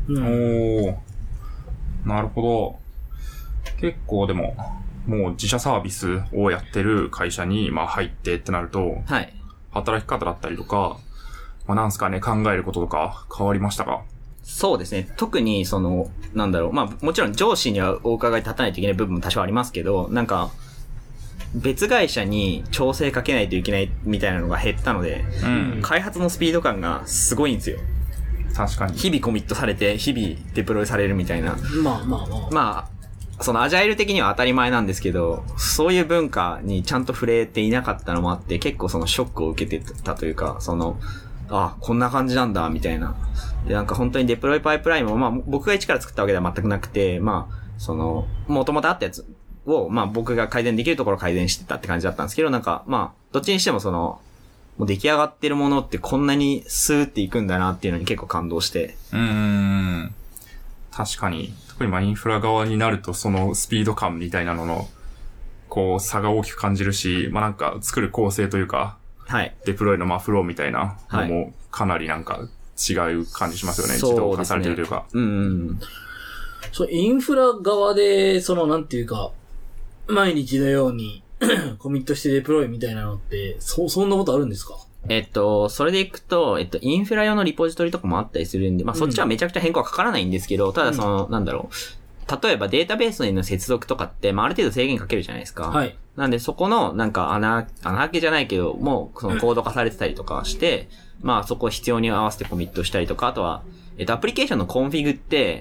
なるほど。結構でも、もう自社サービスをやってる会社に、入ってってなると、 はい。 働き方だったりとか、なんすかね、考えることとか変わりましたか？ そうですね。特になんだろう。もちろん上司にはお伺い立たないといけない部分も多少ありますけど、なんか、別会社に調整かけないといけないみたいなのが減ったので、開発のスピード感がすごいんですよ。 確かに。 日々コミットされて、日々デプロイされるみたいな。アジャイル的には当たり前なんですけど、そういう文化にちゃんと触れていなかったのもあって、結構ショックを受けてたというか、こんな感じなんだ、みたいな。で、なんか本当にデプロイパイプラインも、僕が一から作ったわけでは全くなくて、もともとあったやつを、僕が改善できるところを改善してたって感じだったんですけど、なんか、どっちにしてももう出来上がってるものってこんなにスーっていくんだなっていうのに結構感動して。 確かに。特にインフラ側になるとそのスピード感みたいなのの、こう差が大きく感じるし、なんか作る構成というか、 はい。 デプロイのフローみたいなのもかなりなんか違う感じしますよね。自動化されてるというか。 そう、インフラ側で、なんていうか、毎日のようにコミットしてデプロイみたいなのって、そんなことあるんですか？ それでいくと、インフラ用のリポジトリとかもあったりするんで、そっちはめちゃくちゃ変更はかからないんですけど、ただなんだろう。例えばデータベースへの接続とかって、ある程度制限かけるじゃないですか。 はい。 なんでそこの、なんか穴開けじゃないけど、もう、コード化されてたりとかして、そこ必要に合わせてコミットしたりとか、あとは、アプリケーションのコンフィグって、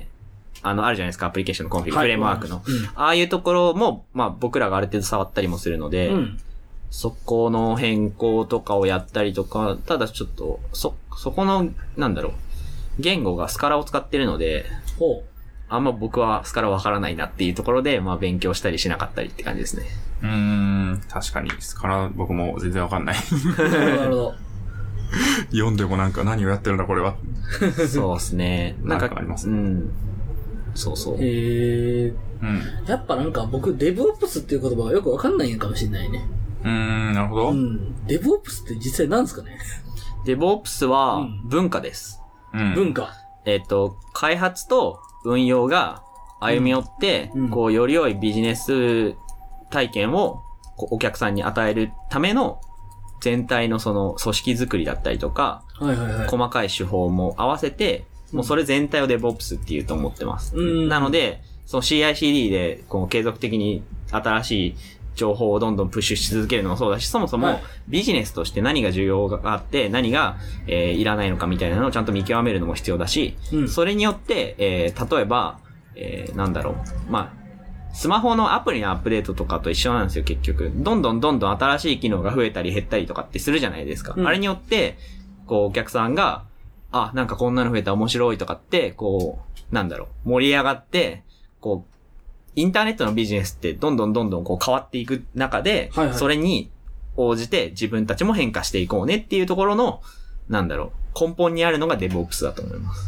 あるじゃないですか、アプリケーションのコンフィグ、フレームワークの。ああいうところも、僕らがある程度触ったりもするので、そこの変更とかをやったりとか、ただちょっと、そこの、なんだろう、言語がスカラを使ってるので、あんま僕はスカラわからないなっていうところで、勉強したりしなかったりって感じですね。 確かに、スカラ僕も全然わかんない。 なるほど。 読んでもなんか何をやってるんだこれは。 そうですね。 なんかありますね。 そうそう。 やっぱなんか僕、デブオプスっていう言葉がよくわかんないのかもしれないね。 なるほど。 デブオプスって実際何ですかね？ デブオプスは文化です。 文化。 開発と運用が歩み寄って、より良いビジネス体験をお客さんに与えるための全体のその組織づくりだったりとか、細かい手法も合わせて、もうそれ全体を DevOps っていうと思ってます。なので、その CI/CD で継続的に新しい情報をどんどんプッシュし続けるのもそうだし、そもそもビジネスとして何が重要があって、何が、いらないのかみたいなのをちゃんと見極めるのも必要だし、それによって、例えば、なんだろう。スマホのアプリのアップデートとかと一緒なんですよ、結局。どんどん新しい機能が増えたり減ったりとかってするじゃないですか。あれによって、お客さんが、なんかこんなの増えた面白いとかって、なんだろう、盛り上がって、インターネットのビジネスってどんどん変わっていく中で、それに応じて自分たちも変化していこうねっていうところの、なんだろう、根本にあるのが DevOps だと思います。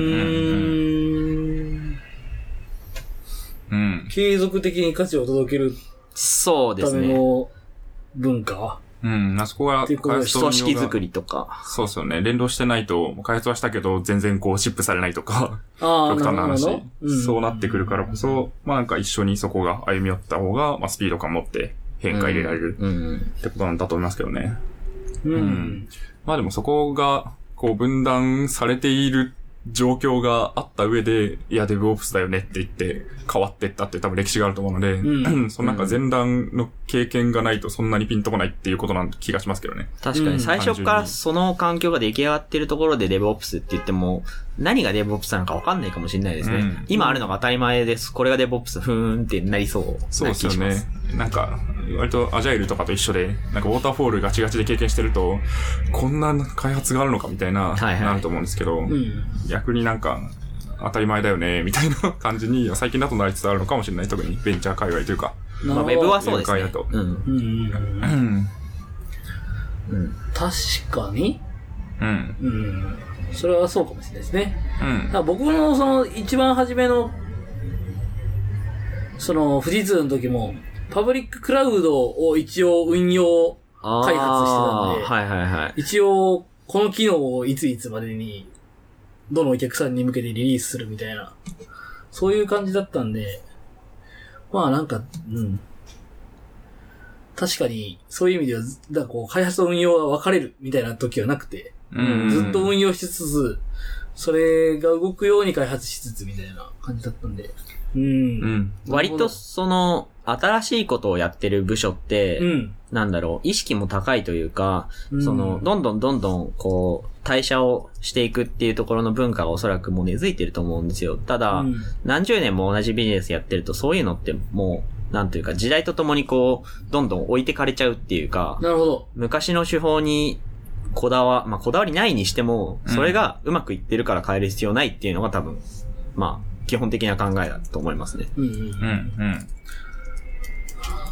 継続的に価値を届けるそうですね。 ための文化。 そこは、 組織作りとか。 そうですよね。連動してないと、開発はしたけど、全然シップされないとか、極端な話。そうなってくるからこそ、なんか一緒にそこが歩み寄った方が、スピード感持って変化入れられるってことなんだと思いますけどね。でもそこが、分断されている状況があった上で、いや、DevOps だよねって言って変わってったって多分歴史があると思うので、そのなんか前段の経験がないとそんなにピンとこないっていうことな気がしますけどね。 確かに最初からその環境が出来上がってるところで DevOps って言っても、何が DevOps なのか分かんないかもしれないですね。今あるのが当たり前です。これが DevOps ふーんってなりそう。 そうですよね。なんか、割とアジャイルとかと一緒で、なんかウォーターフォールガチガチで経験してると、こんな開発があるのかみたいな、なると思うんですけど、逆になんか、当たり前だよね、みたいな感じに、最近だとなりつつあるのかもしれない。特にベンチャー界隈というか。 ウェブはそうですね。 確かに。それはそうかもしれないですね。僕のその一番初めの、その富士通の時も、パブリッククラウドを一応運用開発してたんで、一応この機能をいついつまでにどのお客さんに向けてリリースするみたいな、そういう感じだったんで、なんか、確かにそういう意味では、開発と運用が分かれるみたいな時はなくて、ずっと運用しつつ、それが動くように開発しつつみたいな感じだったんで、 割と新しいことをやってる部署って、なんだろう、意識も高いというか、どんどん代謝をしていくっていうところの文化がおそらくもう根付いてると思うんですよ。ただ、何十年も同じビジネスやってると、そういうのってもう、なんというか、時代とともにどんどん置いてかれちゃうっていうか、 なるほど。 昔の手法にこだわりないにしても、それがうまくいってるから変える必要ないっていうのが多分、基本的な考えだと思いますね。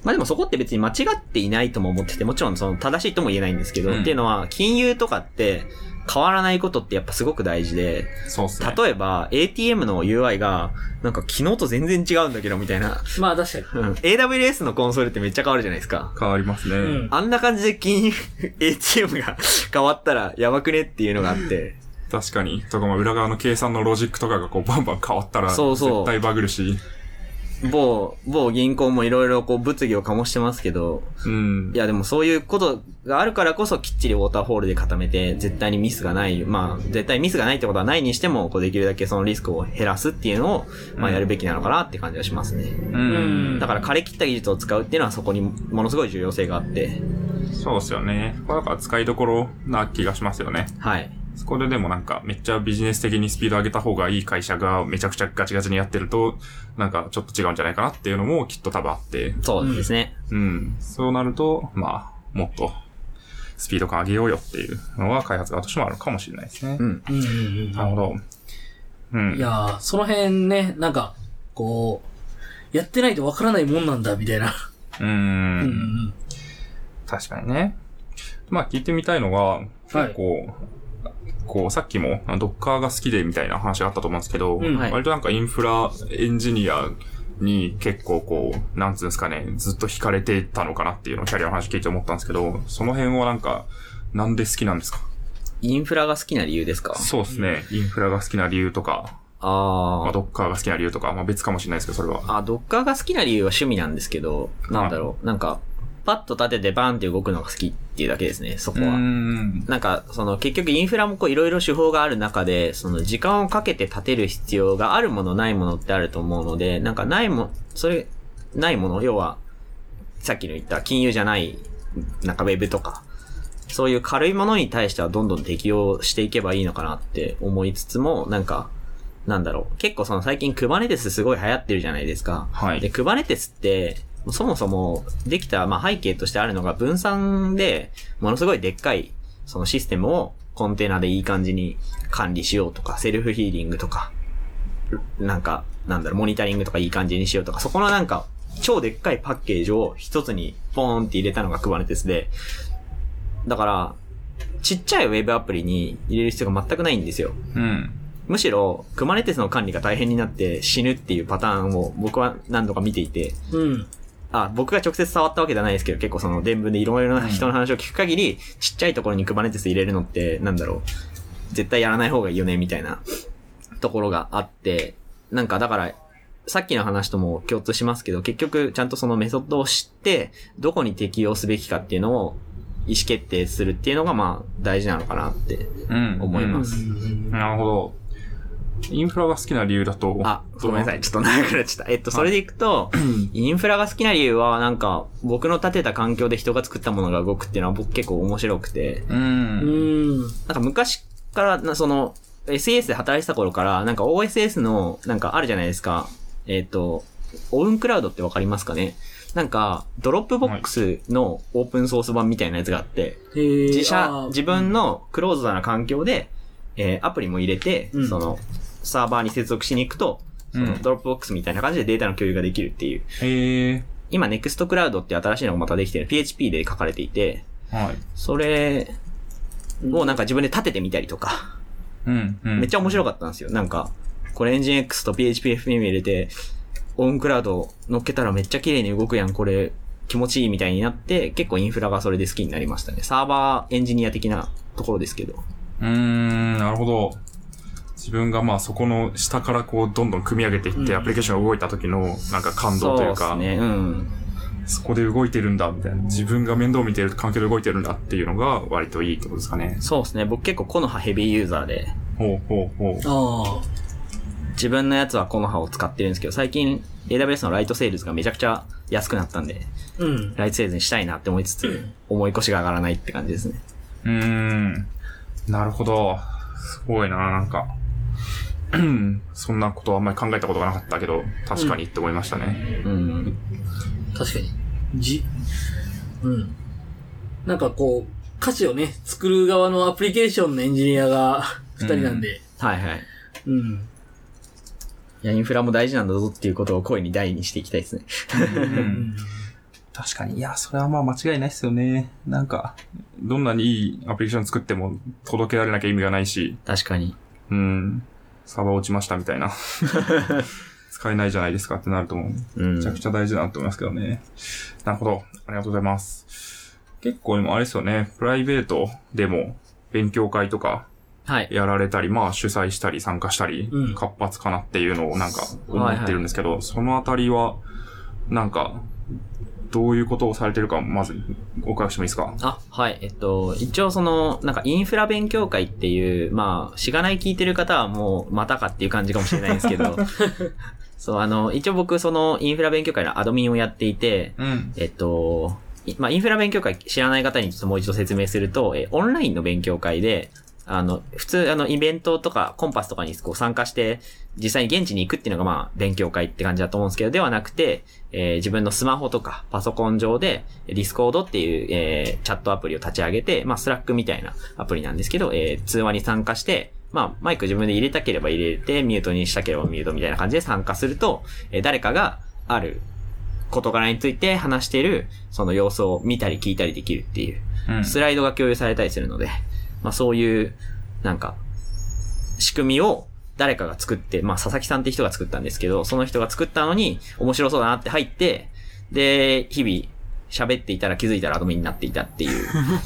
まあでもそこって別に間違っていないとも思ってて、もちろんその正しいとも言えないんですけど、っていうのは金融とかって変わらないことってやっぱすごく大事で、 そうですね。 例えば ATM の UI がなんか昨日と全然違うんだけどみたいな。 まあ確かに。 AWS のコンソールってめっちゃ変わるじゃないですか。 変わりますね。 うんあんな感じで金融 ATM が変わったらやばくねっていうのがあって。 確かに。とか裏側の計算のロジックとかがこうバンバン変わったら、 そう絶対バグるし。 某銀行もいろいろこう物議を醸してますけど、いやでもそういうことがあるからこそきっちりウォーターフォールで固めて、絶対にミスがない、まあ絶対ミスがないってことはないにしても、こうできるだけそのリスクを減らすっていうのを、まあやるべきなのかなって感じはしますね。だから枯れ切った技術を使うっていうのはそこにものすごい重要性があって。 そうですよね。これだから使いどころな気がしますよね。 はい。 そこででもなんかめっちゃビジネス的にスピード上げた方がいい会社がめちゃくちゃガチガチにやってると、なんかちょっと違うんじゃないかなっていうのもきっと多分あって。 そうですね。 そうなると、まあ、もっとスピード感上げようよっていうのは開発側としてもあるかもしれないですね。なるほど。 いやー、その辺ね、なんか、こう、やってないとわからないもんなんだ、みたいな。 確かにね。まあ聞いてみたいのが、結構、こう、さっきも、ドッカーが好きでみたいな話があったと思うんですけど、割となんかインフラエンジニアに結構こう、なんつうんですかね、ずっと惹かれてたのかなっていうのをキャリアの話聞いて思ったんですけど、その辺はなんか、なんで好きなんですか？ インフラが好きな理由ですか？ そうですね。インフラが好きな理由とか、まあ、ドッカーが好きな理由とか、まあ別かもしれないですけど、それは。 ドッカーが好きな理由は趣味なんですけど、なんだろう、なんか、パッと立ててバーンって動くのが好きっていうだけですね、そこは。なんか、その結局インフラもこういろいろ手法がある中で、その時間をかけて立てる必要があるものないものってあると思うので、なんかないもの、要は、さっきの言った金融じゃない、なんかウェブとか、そういう軽いものに対してはどんどん適用していけばいいのかなって思いつつも、なんか、なんだろう、結構その最近 Kubernetes すごい流行ってるじゃないですか。で、Kubernetes って、そもそもできた、まあ背景としてあるのが分散で、ものすごいでっかい、そのシステムをコンテナでいい感じに管理しようとか、セルフヒーリングとか、なんか、なんだろう、モニタリングとかいい感じにしようとか、そこのなんか、超でっかいパッケージを一つにポーンって入れたのが Kubernetes で、だから、ちっちゃいウェブアプリに入れる必要が全くないんですよ。むしろ、Kubernetesの管理が大変になって死ぬっていうパターンを僕は何度か見ていて、僕が直接触ったわけじゃないですけど、結構その伝聞でいろいろな人の話を聞く限り、ちっちゃいところに Kubernetes 入れるのって、なんだろう、絶対やらない方がいいよね、みたいなところがあって、なんかだから、さっきの話とも共通しますけど、結局ちゃんとそのメソッドを知って、どこに適用すべきかっていうのを意思決定するっていうのがまあ大事なのかなって思います。 なるほど。インフラが好きな理由だと。 ごめんなさい。ちょっと長くなっちゃった。それでいくと、インフラが好きな理由は、なんか、僕の立てた環境で人が作ったものが動くっていうのは僕結構面白くて。なんか昔から、その、SES で働いてた頃から、なんか OSS の、なんかあるじゃないですか。オウンクラウドってわかりますかね？なんか、ドロップボックスのオープンソース版みたいなやつがあって、自分のクローズドな環境で、アプリも入れて、その、サーバーに接続しに行くと、そのドロップボックスみたいな感じでデータの共有ができるっていう。今、Nextcloud って新しいのがまたできてる。PHP で書かれていて、それをなんか自分で立ててみたりとか、めっちゃ面白かったんですよ。なんか、これ NGINX と PHPFM 入れて、オウンクラウド乗っけたらめっちゃ綺麗に動くやん、これ気持ちいいみたいになって、結構インフラがそれで好きになりましたね。サーバーエンジニア的なところですけど。 なるほど。自分がまあそこの下からこうどんどん組み上げていってアプリケーションが動いた時のなんか感動というか、 そうですね、 そこで動いてるんだみたいな、自分が面倒見てる環境で動いてるんだっていうのが割といいってことですかね。 そうですね。僕結構コノハヘビーユーザーで、自分のやつはコノハを使ってるんですけど、最近 AWS のライトセールスがめちゃくちゃ安くなったんで、ライトセールスにしたいなって思いつつ、重い腰が上がらないって感じですね。 なるほど。すごいな、なんか。そんなことはあんまり考えたことがなかったけど、確かにって思いましたね。 確かに。なんかこう、歌詞をね、作る側のアプリケーションのエンジニアが2人なんで。 いや、インフラも大事なんだぞっていうことを声に大にしていきたいですね。 確かに。いや、それはまあ間違いないっすよね。なんか、どんなにいいアプリケーション作っても届けられなきゃ意味がないし。 確かに。 サーバー落ちましたみたいな。使えないじゃないですかってなると思う。めちゃくちゃ大事だなと思いますけどね。なるほど。ありがとうございます。結構でもあれですよね。プライベートでも勉強会とかやられたり、まあ主催したり参加したり、活発かなっていうのをなんか思ってるんですけど、そのあたりは、なんか、どういうことをされてるか、まずお伺いしてもいいですか？ はい。一応なんかインフラ勉強会っていう、まあ、しがない聞いてる方はもうまたかっていう感じかもしれないんですけど、そう、一応僕インフラ勉強会のアドミンをやっていて、まあ、インフラ勉強会知らない方にちょっともう一度説明すると、オンラインの勉強会で、普通イベントとかコンパスとかにこう参加して、実際に現地に行くっていうのがまあ勉強会って感じだと思うんですけど、ではなくて、自分のスマホとかパソコン上でディスコードっていう、チャットアプリを立ち上げて、まあスラックみたいなアプリなんですけど、通話に参加して、まあマイク自分で入れたければ入れて、ミュートにしたければミュートみたいな感じで参加すると、誰かがある事柄について話しているその様子を見たり聞いたりできるっていう、スライドが共有されたりするので、まあそういう、なんか、仕組みを誰かが作って、まあ佐々木さんって人が作ったんですけど、その人が作ったのに面白そうだなって入って、で、日々喋っていたら気づいたらアドミンになっていたっていう。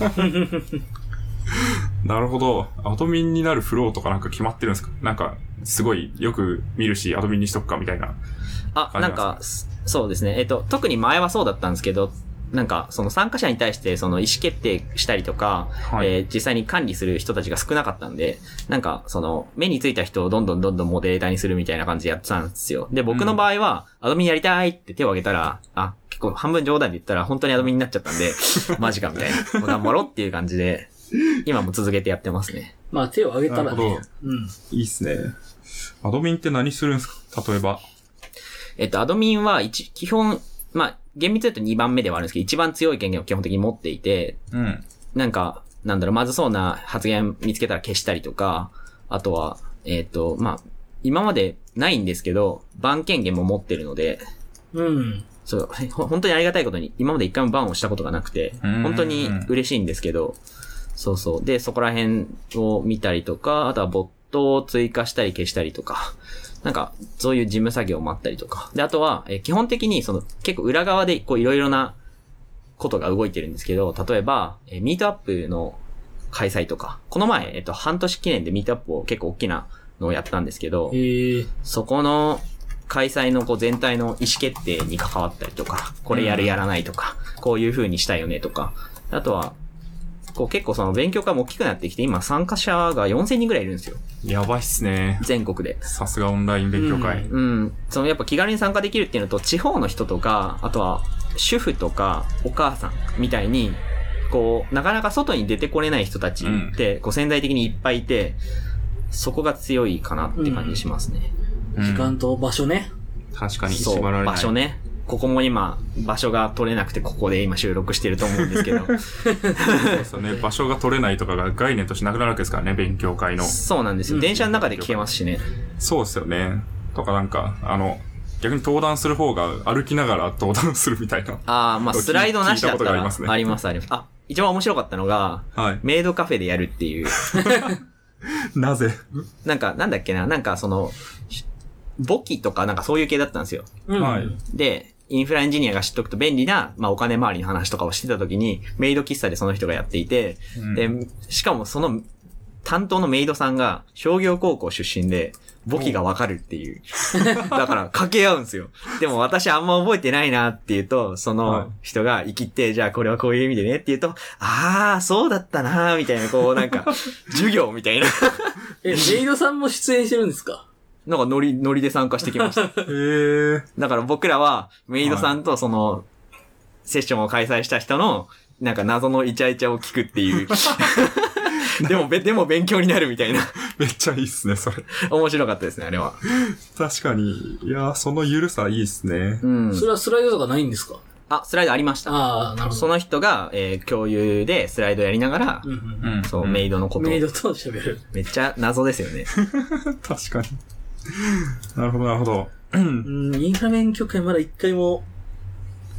なるほど。アドミンになるフローとかなんか決まってるんですか？なんか、すごいよく見るし、アドミンにしとくかみたいな。 なんか、そうですね。特に前はそうだったんですけど、なんか、その参加者に対して、その意思決定したりとか、実際に管理する人たちが少なかったんで、なんか、目についた人をどんどんモデレーターにするみたいな感じでやってたんですよ。で、僕の場合は、アドミンやりたいって手を挙げたら、結構半分冗談で言ったら、本当にアドミンになっちゃったんで、マジかみたいな。頑張ろうっていう感じで、今も続けてやってますね。 まあ、手を挙げたらね。 いいっすね。アドミンって何するんですか？例えば。 アドミンは基本、まあ、厳密に言うと2番目ではあるんですけど、一番強い権限を基本的に持っていて、なんか、まずそうな発言見つけたら消したりとか、あとは、まあ、今までないんですけど、バン権限も持ってるので、そう、本当にありがたいことに、今まで一回もバンをしたことがなくて、本当に嬉しいんですけど、そうそう。で、そこら辺を見たりとか、あとはボットを追加したり消したりとか、なんか、そういう事務作業もあったりとか。で、あとは、基本的に結構裏側でいろいろなことが動いてるんですけど、例えば、ミートアップの開催とか、この前、半年記念でミートアップを結構大きなのをやったんですけど、そこの開催の全体の意思決定に関わったりとか、これやらないとか、こういう風にしたいよねとか、あとは、結構勉強会も大きくなってきて、今参加者が4000人ぐらいいるんですよ。 やばいっすね。 全国で。 さすがオンライン勉強会。 やっぱ気軽に参加できるっていうのと、地方の人とか、あとは主婦とかお母さんみたいに、なかなか外に出てこれない人たちって、潜在的にいっぱいいて、そこが強いかなって感じしますね。 時間と場所ね。 確かに縛られない。 場所ね。ここも今、場所が取れなくて、ここで今収録してると思うんですけど。そうですよね。場所が取れないとかが概念としてなくなるわけですからね、勉強会の。 そうなんですよ。電車の中で聞けますしね。 そうですよね。とかなんか、逆に登壇する方が歩きながら登壇するみたいな。 まあスライドなしだったらあります。 一番面白かったのが、メイドカフェでやるっていう。 なぜ？ なんだっけな、簿記とかそういう系だったんですよ。で、インフラエンジニアが知っとくと便利な、まあお金回りの話とかをしてた時に、メイド喫茶でその人がやっていて、で、しかもその担当のメイドさんが商業高校出身で、簿記がわかるっていう。だから掛け合うんですよ。でも私あんま覚えてないなって言うと、その人が生きって、じゃあこれはこういう意味でねって言うと、そうだったなみたいな、授業みたいな。 メイドさんも出演してるんですか？ ノリで参加してきました。だから僕らは、メイドさんとセッションを開催した人の、謎のイチャイチャを聞くっていう。でも勉強になるみたいな。 めっちゃいいっすね、それ。 面白かったですね、あれは。 確かに。いやー、その緩さいいっすね。 それはスライドとかないんですか？ スライドありました。 なるほど。 その人が、共有でスライドやりながら、メイドのことを。 メイドと喋る。 めっちゃ謎ですよね。 確かに。なるほど、なるほど。 インフラ勉強会まだ一回も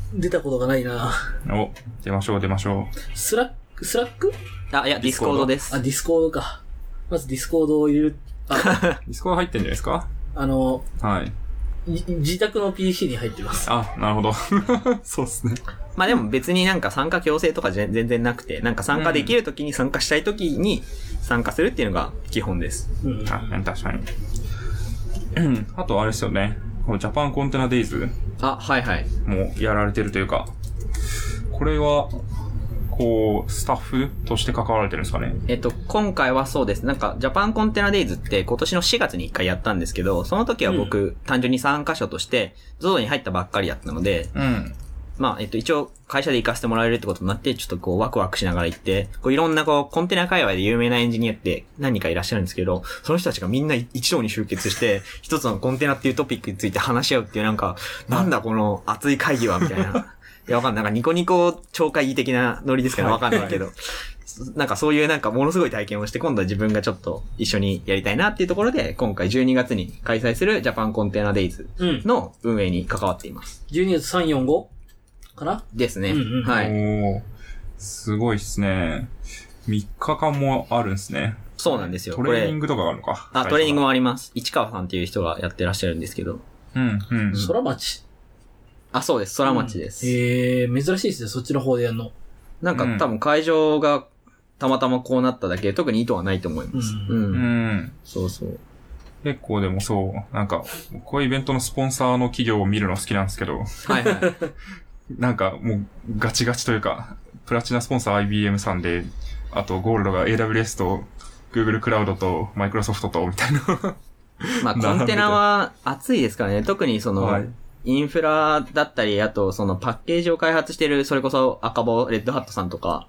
出たことがないな。 お、出ましょう。 スラックあ、いや、ディスコードです。 あ、ディスコードか。まずディスコードを入れる。 ディスコード入ってんじゃないですか？はい。 自宅の PC に入ってます。 あ、なるほど。そうっすね。 まあでも別になんか参加強制とか全然なくて、なんか参加できるときに参加したいときに参加するっていうのが基本です。 うん。 確かに。あとあれですよね。このジャパンコンテナデイズ。 あ、はいはい。 もうやられてるというか、これは、こう、スタッフとして関わられてるんですかね？ 今回はそうです。なんか、ジャパンコンテナデイズって今年の4月に1回やったんですけど、その時は僕、単純に参加者として、ZOZO に入ったばっかりやったので、まあ、一応、会社で行かせてもらえるってことになって、ちょっとこう、ワクワクしながら行って、こう、いろんなこう、コンテナ界隈で有名なエンジニアって何人かいらっしゃるんですけど、その人たちがみんな一堂に集結して、一つのコンテナっていうトピックについて話し合うっていうなんか、なんだこの熱い会議は、みたいな。いや、わかんない。なんかニコニコ超会議的なノリですけど、わかんないけど。なんかそういうなんかものすごい体験をして、今度は自分がちょっと一緒にやりたいなっていうところで、今回12月に開催するジャパンコンテナデイズの運営に関わっています。 12月3、4、5? かなですね。 はい。おー、すごいっすね。3日間もあるんですね。 そうなんですよ。 トレーニングとかがあるのか。 トレーニングもあります。市川さんっていう人がやってらっしゃるんですけど。 空町。 あ、そうです。空町です。 珍しいですね。そっちの方でやるの。 なんか多分会場がたまたまこうなっただけで、特に意図はないと思います。そうそう。 結構でもそう、なんか、こういうイベントのスポンサーの企業を見るの好きなんですけど。 はいはい。 なんかもうガチガチというか、プラチナスポンサー IBM さんで、あとゴールドが AWS と Google クラウドと Microsoft とみたいな。 まあコンテナは熱いですからね。特にその、インフラだったり、あとそのパッケージを開発している、それこそ赤坊レッドハットさんとか、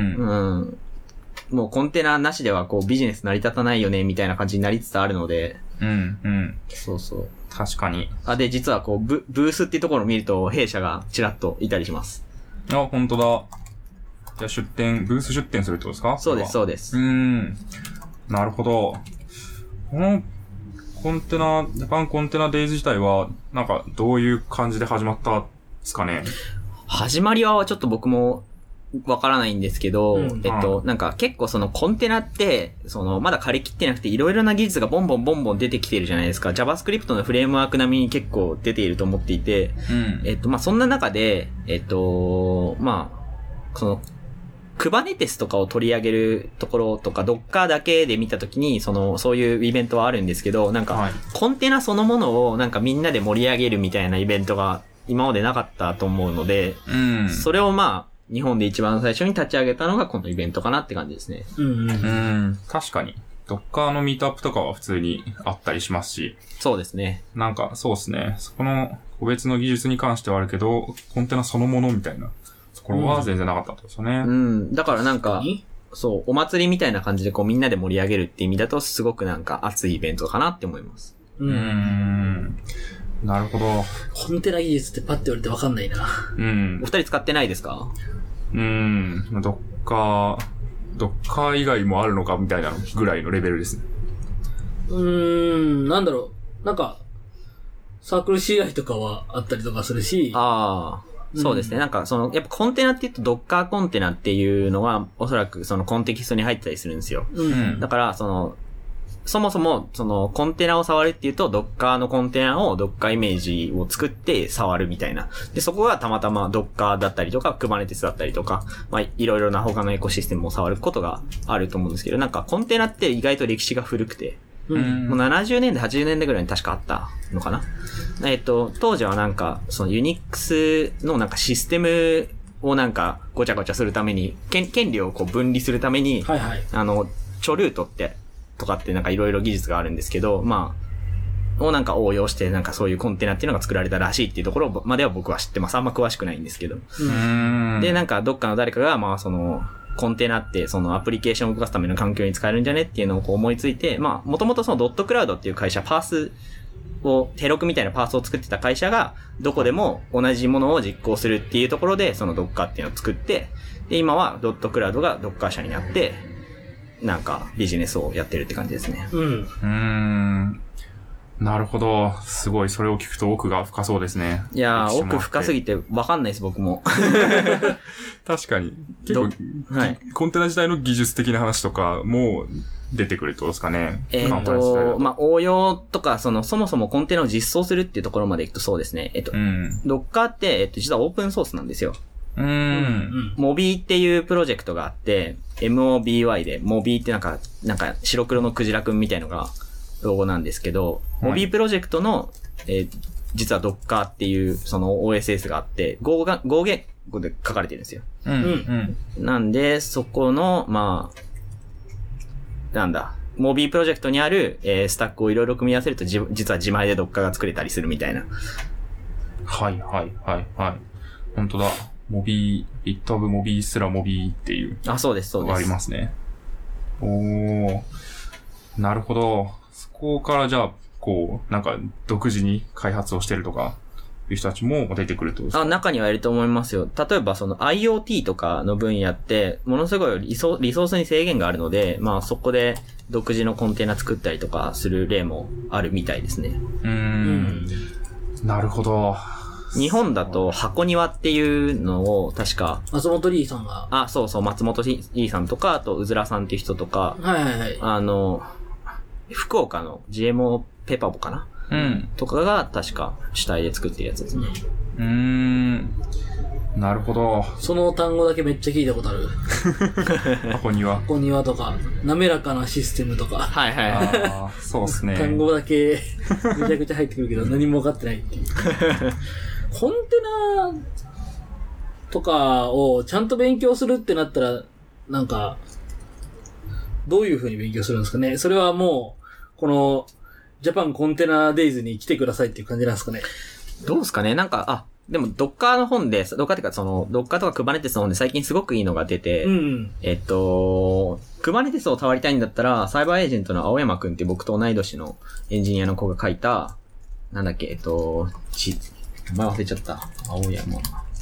もうコンテナなしではこうビジネス成り立たないよね、みたいな感じになりつつあるので。そうそう。 確かに。 で、実はこう、ブースっていうところを見ると、弊社がちらっといたりします。 あ、本当だ。じゃあブース出店するってことですか？ そうです、そうです。 なるほど。この、ジャパンコンテナデイズ自体は、なんか、どういう感じで始まったんですかね？ 始まりはちょっと僕もわからないんですけど、なんか結構そのコンテナって、まだ借り切ってなくていろいろな技術がボンボン出てきてるじゃないですか。JavaScript のフレームワーク並みに結構出ていると思っていて、まあ、そんな中で、まあ、Kubernetes とかを取り上げるところとか、Docker だけで見たときに、そういうイベントはあるんですけど、なんか、コンテナそのものをなんかみんなで盛り上げるみたいなイベントが今までなかったと思うので、それをまあ、日本で一番最初に立ち上げたのがこのイベントかなって感じですね。 確かに。Docker のミートアップとかは普通にあったりしますし。 そうですね。 なんか、そうですね。そこの個別の技術に関してはあるけど、コンテナそのものみたいなところは全然なかったってことですよね。 だからなんか、そう、お祭りみたいな感じでこうみんなで盛り上げるって意味だとすごくなんか熱いイベントかなって思います。 なるほど。 コンテナ技術ってパッて言われてわかんないな。 お二人使ってないですか？ Docker 以外もあるのかみたいなぐらいのレベルですね。 なんだろう。なんか、サークル CI とかはあったりとかするし。 そうですね。なんかやっぱコンテナって言うと Docker コンテナっていうのはおそらくコンテキストに入ってたりするんですよ。だからそもそも、コンテナを触るっていうと、Docker のコンテナを Docker イメージを作って触るみたいな。で、そこがたまたま Docker だったりとか、Kubernetes だったりとか、まあ、いろいろな他のエコシステムを触ることがあると思うんですけど、なんかコンテナって意外と歴史が古くて、もう70年代、80年代ぐらいに確かあったのかな。当時はなんか、Unix のなんかシステムをなんかごちゃごちゃするために、権利をこう分離するために、チョルートとかってなんかいろいろ技術があるんですけど、まあ、をなんか応用してなんかそういうコンテナっていうのが作られたらしいっていうところまでは僕は知ってます。あんま詳しくないんですけど。で、なんかどっかの誰かがまあコンテナってアプリケーションを動かすための環境に使えるんじゃねっていうのをこう思いついて、まあ、もともとドットクラウドっていう会社、パースを、テロクみたいなパースを作ってた会社が、どこでも同じものを実行するっていうところで、Docker っていうのを作って、で、今はドットクラウドが Docker 社になってなるほど。すごい、それを聞くと奥が深そうですね。 いやー、奥深すぎぎてわかんないです、僕も。 確かに。結構、 はい。 コンテナ時代の技術的な話とかも出てくるってことですかね。 応用とか、そもそもコンテナを実装するっていうところまでいくとそうですね。Docker って、実はオープンソースなんですよ。Moby っていうプロジェクトがあって、MOBY で、Moby ってなんか白黒のクジラくんみたいのが、ロゴなんですけど、Moby プロジェクトの、実は Docker っていうその OSS があって、Go 言語で書かれてるんですよ。なんで、そこの、Moby プロジェクトにある、スタックをいろいろ組み合わせると、実は自前で Docker が作れたりするみたいな。 はい。本当だ。Moby、GitHub Moby すら Moby っていう。 そうです。 ありますね。なるほど。そこからじゃあ、独自に開発をしてるとか、いう人たちも出てくるってことですか？ 中にはいると思いますよ。例えばIoT とかの分野って、ものすごいリソースに制限があるので、そこで独自のコンテナ作ったりとかする例もあるみたいですね。 なるほど。 日本だと箱庭っていうのを確か松本リーさんがそう松本リーさんとか、あとうずらさんっていう人とか、福岡の GMO ペパボかな、とかが確か主体で作ってるやつですね。 なるほど。 その単語だけめっちゃ聞いたことある。 箱庭とか、滑らかなシステムとか。 そうですね。 単語だけめちゃくちゃ入ってくるけど何も分かってないっていう。コンテナとかをちゃんと勉強するってなったら、どういう風に勉強するんですかね。それはもう、この、ジャパンコンテナデイズに来てくださいっていう感じなんですかね。 どうですかね。でも、Docker の本で、Docker っていうかDocker とか Kubernetes の本で最近すごくいいのが出て、Kubernetes を触りたいんだったら、サイバーエージェントの青山くんって僕と同い年のエンジニアの子が書いた、名前忘れちゃった。青山。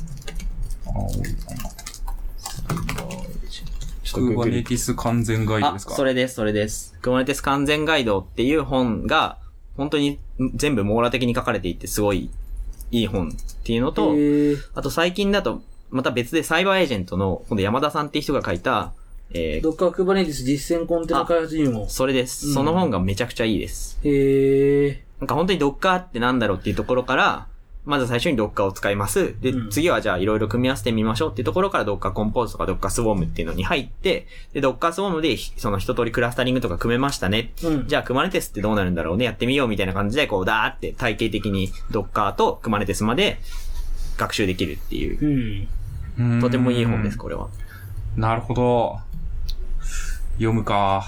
Kubernetes 完全ガイドですか？ それです。Kubernetes 完全ガイドっていう本が、本当に全部網羅的に書かれていて、すごいいい本っていうのと、あと最近だと、また別でサイバーエージェントの、今度山田さんっていう人が書いた、 Docker Kubernetes 実践コンテナ開発入門。 それです。その本がめちゃくちゃいいです。本当に Docker ってなんだろうっていうところから、まず最初に Docker を使います。で、次はじゃあいろいろ組み合わせてみましょうっていうところから Docker Compose とか Docker Swarm っていうのに入って、で、Docker Swarm でその一通りクラスタリングとか組めましたね。じゃあ Kubernetes ってどうなるんだろうね、やってみようみたいな感じで、ダーって体系的に Docker と Kubernetes まで学習できるっていう。とてもいい本です、これは。 なるほど。読むか。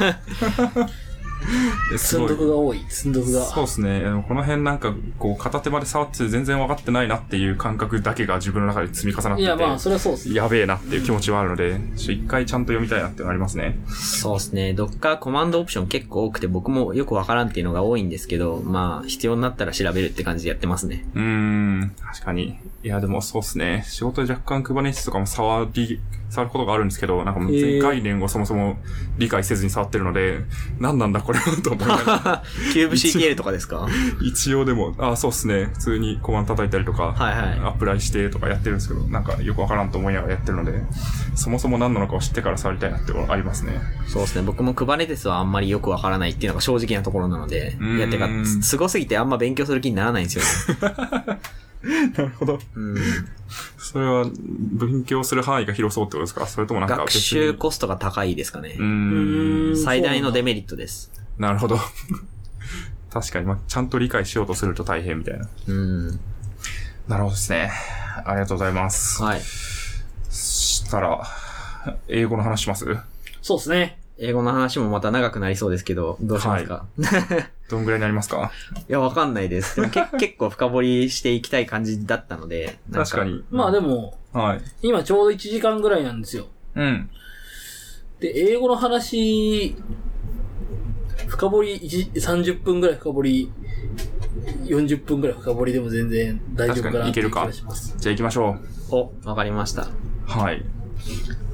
積んどくが多い。 そうですね。この辺片手まで触って全然分かってないなっていう感覚だけが自分の中で積み重なってて。 それはそうです。 やべえなっていう気持ちはあるので、一回ちゃんと読みたいなってなりますね。 そうですね。Docker コマンドオプション結構多くて僕もよく分からんっていうのが多いんですけど、必要になったら調べるって感じでやってますね。 確かに。いや、でもそうですね。仕事で若干 Kubernetes とかも触ることがあるんですけど、もう概念をそもそも理解せずに触ってるので、何なんだこれはと思いながら。 キューブ CTL とかですか？ 一応でも、そうですね。普通にコマン叩いたりとか、アプライしてとかやってるんですけど、よくわからんと思いながらやってるので、そもそも何なのかを知ってから触りたいなってありますね。 そうですね。僕も Kubernetes はあんまりよくわからないっていうのが正直なところなので、すごすぎてあんま勉強する気にならないんですよね。 なるほど。それは、勉強する範囲が広そうってことですか？それとも学習コストが高いですかね。最大のデメリットです。 なるほど。確かに、ちゃんと理解しようとすると大変みたいな。なるほどですね。ありがとうございます。そしたら、英語の話します？ そうですね。 英語の話もまた長くなりそうですけど、どうしますか？ どんぐらいになりますか？ いや、わかんないです。でも結構深掘りしていきたい感じだったので。 確かに。 でも、今ちょうど1時間ぐらいなんですよ。で、英語の話、深掘り30分ぐらい深掘り、40分ぐらい深掘りでも全然大丈夫かなっていう気がします。 じゃあ行きましょう。わかりました。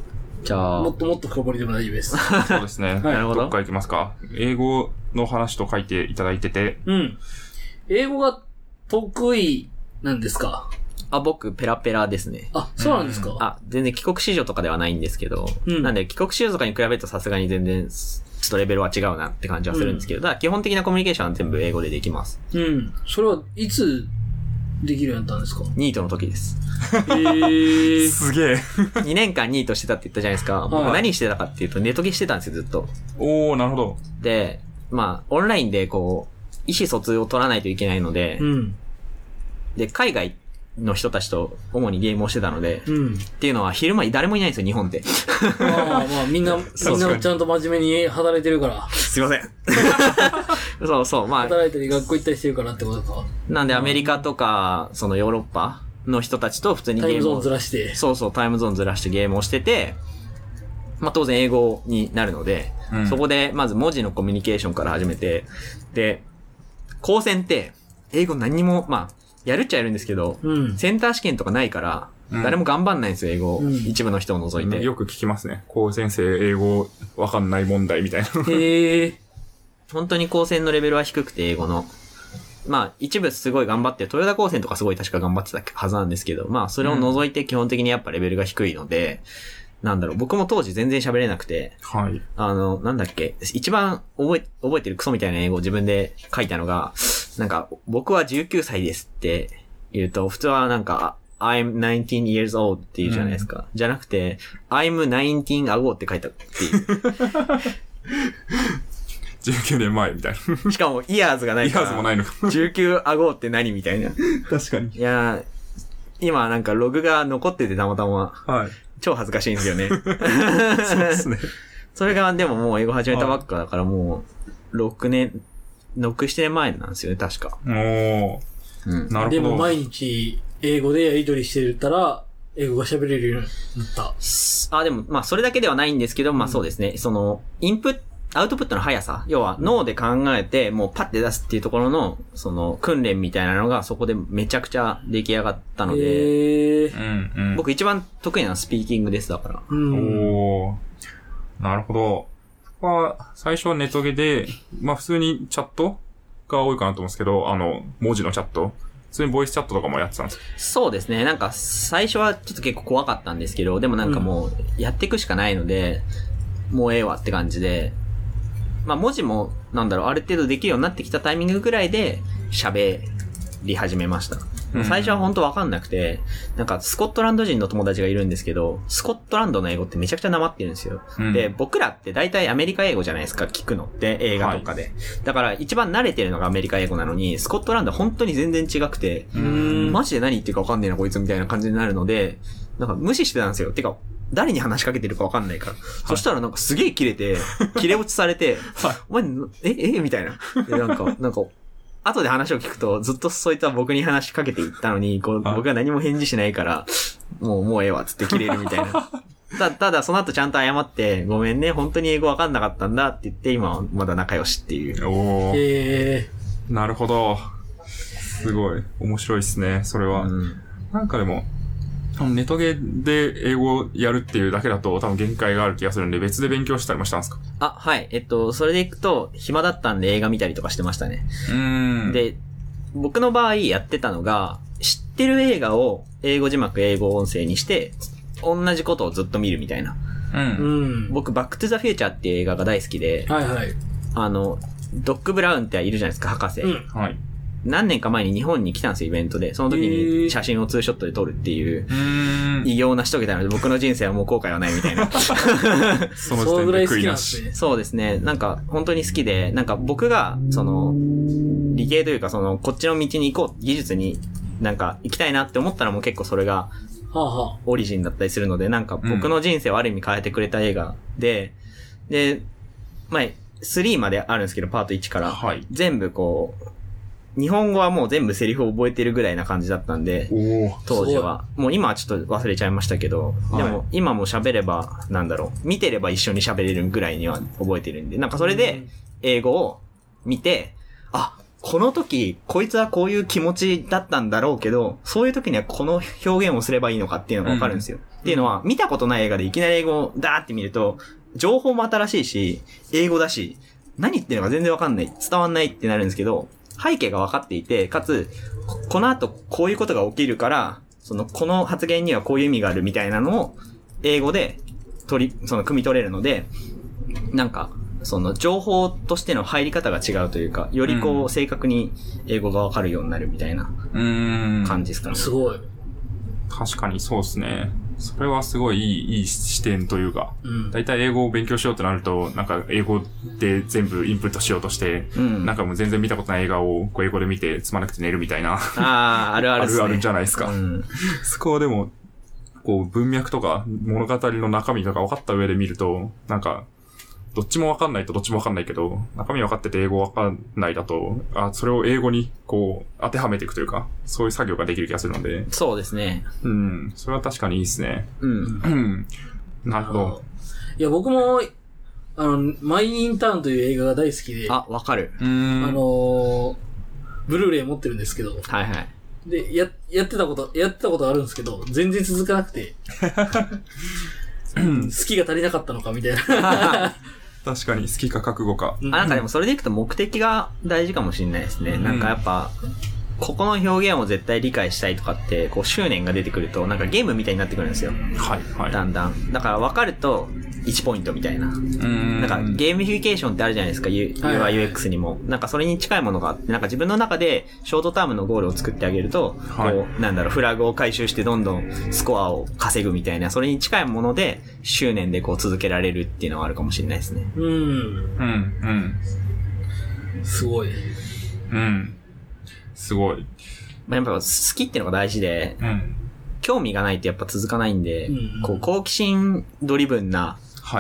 じゃあ、 もっと深掘りでも大丈夫です。 そうですね。 なるほど。 どっから行きますか？英語の話と書いていただいてて。 うん。英語が得意なんですか？ 僕、ペラペラですね。 そうなんですか？ 全然帰国子女とかではないんですけど、なんで帰国子女とかに比べるとさすがに全然、ちょっとレベルは違うなって感じはするんですけど、だから基本的なコミュニケーションは全部英語でできます。 うん。それはいつできるようになったんですか？ ニートの時です。 すげえ。 2年間ニートしてたって言ったじゃないですか。僕何してたかっていうと、ネトゲしてたんですよ、ずっと。 なるほど。 で、オンラインで意思疎通を取らないといけないので、で、海外の人たちと主にゲームをしてたので、っていうのは昼間誰もいないんですよ、日本って。 みんなちゃんと真面目に働いてるから。 すいません。そう、 働いたり学校行ったりしてるからってことか。 なんでアメリカとか、ヨーロッパの人たちと普通にゲームを。 タイムゾーンずらして。 そう、タイムゾーンずらしてゲームをしてて、当然英語になるので、そこでまず文字のコミュニケーションから始めて、で、高専って英語何にも、やるっちゃやるんですけど、センター試験とかないから、誰も頑張んないんですよ、英語。一部の人を除いて。 よく聞きますね。高専生英語わかんない問題みたいな。 本当に高専のレベルは低くて、英語の。一部すごい頑張って、豊田高専とかすごい確か頑張ってたはずなんですけど、それを除いて基本的にやっぱレベルが低いので、僕も当時全然喋れなくて、 はい。 一番覚えてるクソみたいな英語を自分で書いたのが、僕は19歳ですって言うと、普通はI'm 19 years old って言うじゃないですか。じゃなくて、I'm 19 ago って書いたっていう。 19年前みたいな。しかも、イヤーズがないから。 イヤーズもないのか。 19 ago って何みたいな。 確かに。 いや今ログが残っててたまたま。 はい。 超恥ずかしいんですよね。 そうですね。 それがでももう英語始めたばっかだからもう、6、7年前なんですよね、確か。 なるほど。 でも毎日英語でやり取りしてたら、英語が喋れるようになった。 でも、それだけではないんですけど、そうですね。アウトプットの速さ。要は脳で考えて、もうパッて出すっていうところの、訓練みたいなのがそこでめちゃくちゃ出来上がったので、僕一番得意なのはスピーキングです、だから。 なるほど。最初はネトゲで、普通にチャットが多いかなと思うんですけど、文字のチャット。普通にボイスチャットとかもやってたんですか？ そうですね。最初はちょっと結構怖かったんですけど、でももう、やっていくしかないので、もうええわって感じで、文字も、ある程度できるようになってきたタイミングぐらいで、喋り始めました。最初は本当わかんなくて、スコットランド人の友達がいるんですけど、スコットランドの英語ってめちゃくちゃなまってるんですよ。で、僕らって大体アメリカ英語じゃないですか、聞くのって、映画とかで。だから一番慣れてるのがアメリカ英語なのに、スコットランドは本当に全然違くて、マジで何言ってるかわかんねえな、こいつみたいな感じになるので、無視してたんですよ。てか、誰に話しかけてるかわかんないから。そしたらすげえ切れ落ちされて、お前、みたいな。で、後で話を聞くと、ずっとそいつは僕に話しかけていったのに、僕が何も返事しないから、もうええわ、つって切れるみたいな。ただ、その後ちゃんと謝って、ごめんね、本当に英語わかんなかったんだって言って、今はまだ仲良しっていう。 なるほど。すごい。面白いですね、それは。でも、ネトゲで英語をやるっていうだけだと多分限界がある気がするんで、別で勉強したりもしたんですか？ はい。それでいくと、暇だったんで映画見たりとかしてましたね。で、僕の場合やってたのが、知ってる映画を英語字幕、英語音声にして、同じことをずっと見るみたいな。僕、バックトゥザフューチャーっていう映画が大好きで、ドッグ・ブラウンっているじゃないですか、博士。 はい。 何年か前に日本に来たんですよ、イベントで。その時に写真をツーショットで撮るっていう、異様なしとげたので、僕の人生はもう後悔はないみたいな。 その時点で悔いなし。 そうですね。本当に好きで、僕が、理系というか、こっちの道に行こう、技術に行きたいなって思ったらもう結構それが、オリジンだったりするので、僕の人生をある意味変えてくれた映画で、3まであるんですけど、パート1から。全部日本語はもう全部セリフを覚えてるぐらいな感じだったんで、当時は。もう今はちょっと忘れちゃいましたけど、でも今も喋れば、見てれば一緒に喋れるぐらいには覚えてるんで、それで英語を見て、この時、こいつはこういう気持ちだったんだろうけど、そういう時にはこの表現をすればいいのかっていうのがわかるんですよ。 っていうのは、見たことない映画でいきなり英語をダーって見ると、情報も新しいし、英語だし、何言ってるのか全然わかんない、伝わんないってなるんですけど、背景が分かっていて、かつ、この後こういうことが起きるから、この発言にはこういう意味があるみたいなのを、英語で汲み取れるので、なんか、情報としての入り方が違うというか、より正確に英語がわかるようになるみたいな感じですかね。 すごい。 確かにそうですね。それはすごいいい視点というか、だいたい英語を勉強しようとなると、なんか英語で全部インプットしようとして、なんかもう全然見たことない映画を英語で見てつまなくて寝るみたいな。 あるあるですね。 あるじゃないですか。そこはでも、文脈とか物語の中身とか分かった上で見ると、なんか、どっちも分かんないとどっちも分かんないけど、中身分かってて英語分かんないだと、それを英語に当てはめていくというか、そういう作業ができる気がするので。 そうですね。 それは確かにいいですね。なるほど。 いや、僕も、マイ・インターンという映画が大好きで。 わかる。 ブルーレイ持ってるんですけど。 はいはい。 で、やってたことあるんですけど、全然続かなくて。好きが足りなかったのかみたいな。 確かに好きか覚悟か。 なんかでもそれでいくと目的が大事かもしれないですね。なんかやっぱ、ここの表現を絶対理解したいとかって、執念が出てくると、なんかゲームみたいになってくるんですよ。 はいはい。 だんだん。だから分かると、1ポイントみたいな。なんかゲーミフィケーションってあるじゃないですか、UI、UX にも。なんかそれに近いものがあって、なんか自分の中でショートタームのゴールを作ってあげると、フラグを回収してどんどんスコアを稼ぐみたいな、それに近いもので、執念で続けられるっていうのはあるかもしれないですね。 すごい。 すごい。 やっぱ好きっていうのが大事で、興味がないとやっぱ続かないんで、好奇心ドリブンな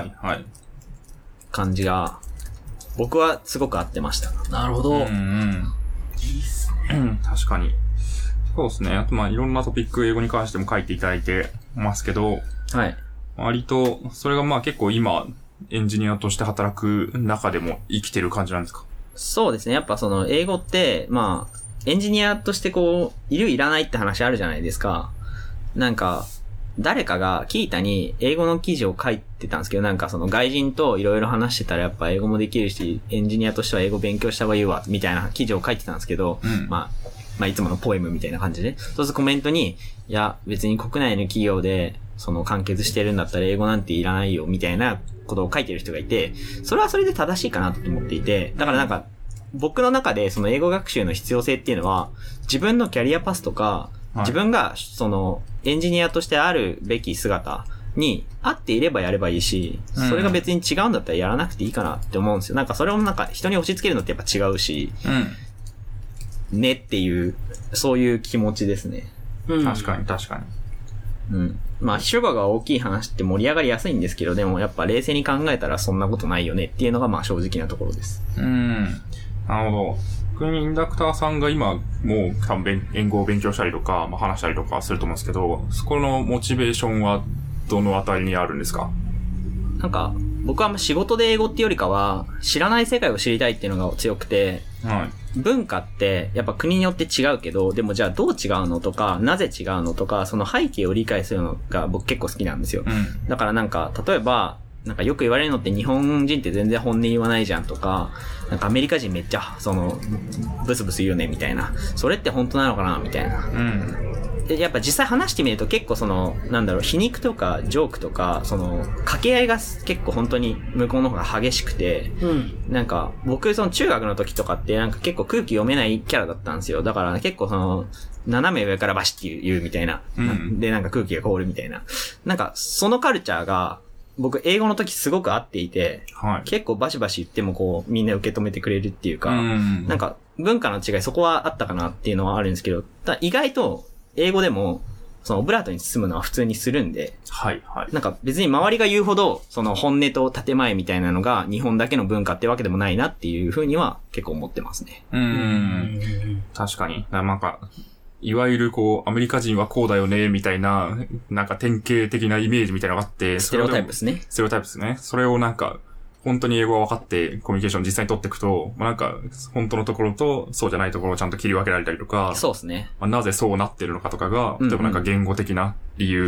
感じが、僕はすごく合ってました。 なるほど。いいっすね。確かに。そうですね。あといろんなトピック英語に関しても書いていただいてますけど、割と、それが結構今、エンジニアとして働く中でも生きてる感じなんですか？ そうですね。やっぱ英語って、エンジニアとしているいらないって話あるじゃないですか。なんか、誰かがキータに英語の記事を書いてたんですけど、なんか外人といろいろ話してたらやっぱ英語もできるし、エンジニアとしては英語勉強した方がいいわ、みたいな記事を書いてたんですけど、いつものポエムみたいな感じで。そうするとコメントに、いや、別に国内の企業で、完結してるんだったら英語なんていらないよ、みたいなことを書いてる人がいて、それはそれで正しいかなと思っていて、だからなんか、僕の中で英語学習の必要性っていうのは、自分のキャリアパスとか、自分がエンジニアとしてあるべき姿に合っていればやればいいし、それが別に違うんだったらやらなくていいかなって思うんですよ。なんかそれをなんか人に押し付けるのってやっぱ違うし、ねっていう、そういう気持ちですね。 確かに。 主語が大きい話って盛り上がりやすいんですけど、でもやっぱ冷静に考えたらそんなことないよねっていうのが正直なところです。 なるほど。逆にインダクターさんが今、もう多分英語を勉強したりとか、話したりとかすると思うんですけど、そこのモチベーションはどのあたりにあるんですか？ なんか、僕は仕事で英語っていうよりかは、知らない世界を知りたいっていうのが強くて、文化ってやっぱ国によって違うけど、でもじゃあどう違うのとか、なぜ違うのとか、その背景を理解するのが僕結構好きなんですよ。だからなんか、例えば、なんかよく言われるのって日本人って全然本音言わないじゃんとか、なんかアメリカ人めっちゃ、ブスブス言うねみたいな。それって本当なのかなみたいな。で、やっぱ実際話してみると結構皮肉とかジョークとか、掛け合いが結構本当に向こうの方が激しくて、なんか僕中学の時とかってなんか結構空気読めないキャラだったんですよ。だから結構斜め上からバシッて言うみたいな。で、なんか空気が凍るみたいな。なんかそのカルチャーが、僕、英語の時すごく合っていて、結構バシバシ言ってもみんな受け止めてくれるっていうか、なんか文化の違いそこはあったかなっていうのはあるんですけど、意外と英語でも、オブラートに包むのは普通にするんで、なんか別に周りが言うほど、本音と建前みたいなのが日本だけの文化ってわけでもないなっていうふうには結構思ってますね。 確かに。なんか、いわゆるアメリカ人はこうだよね、みたいな、なんか典型的なイメージみたいなのがあって、 ステレオタイプですね。 ステレオタイプですね。それをなんか、本当に英語が分かってコミュニケーション実際に取っていくと、なんか、本当のところとそうじゃないところをちゃんと切り分けられたりとか、 そうですね。 なぜそうなってるのかとかが、例えばなんか言語的な理由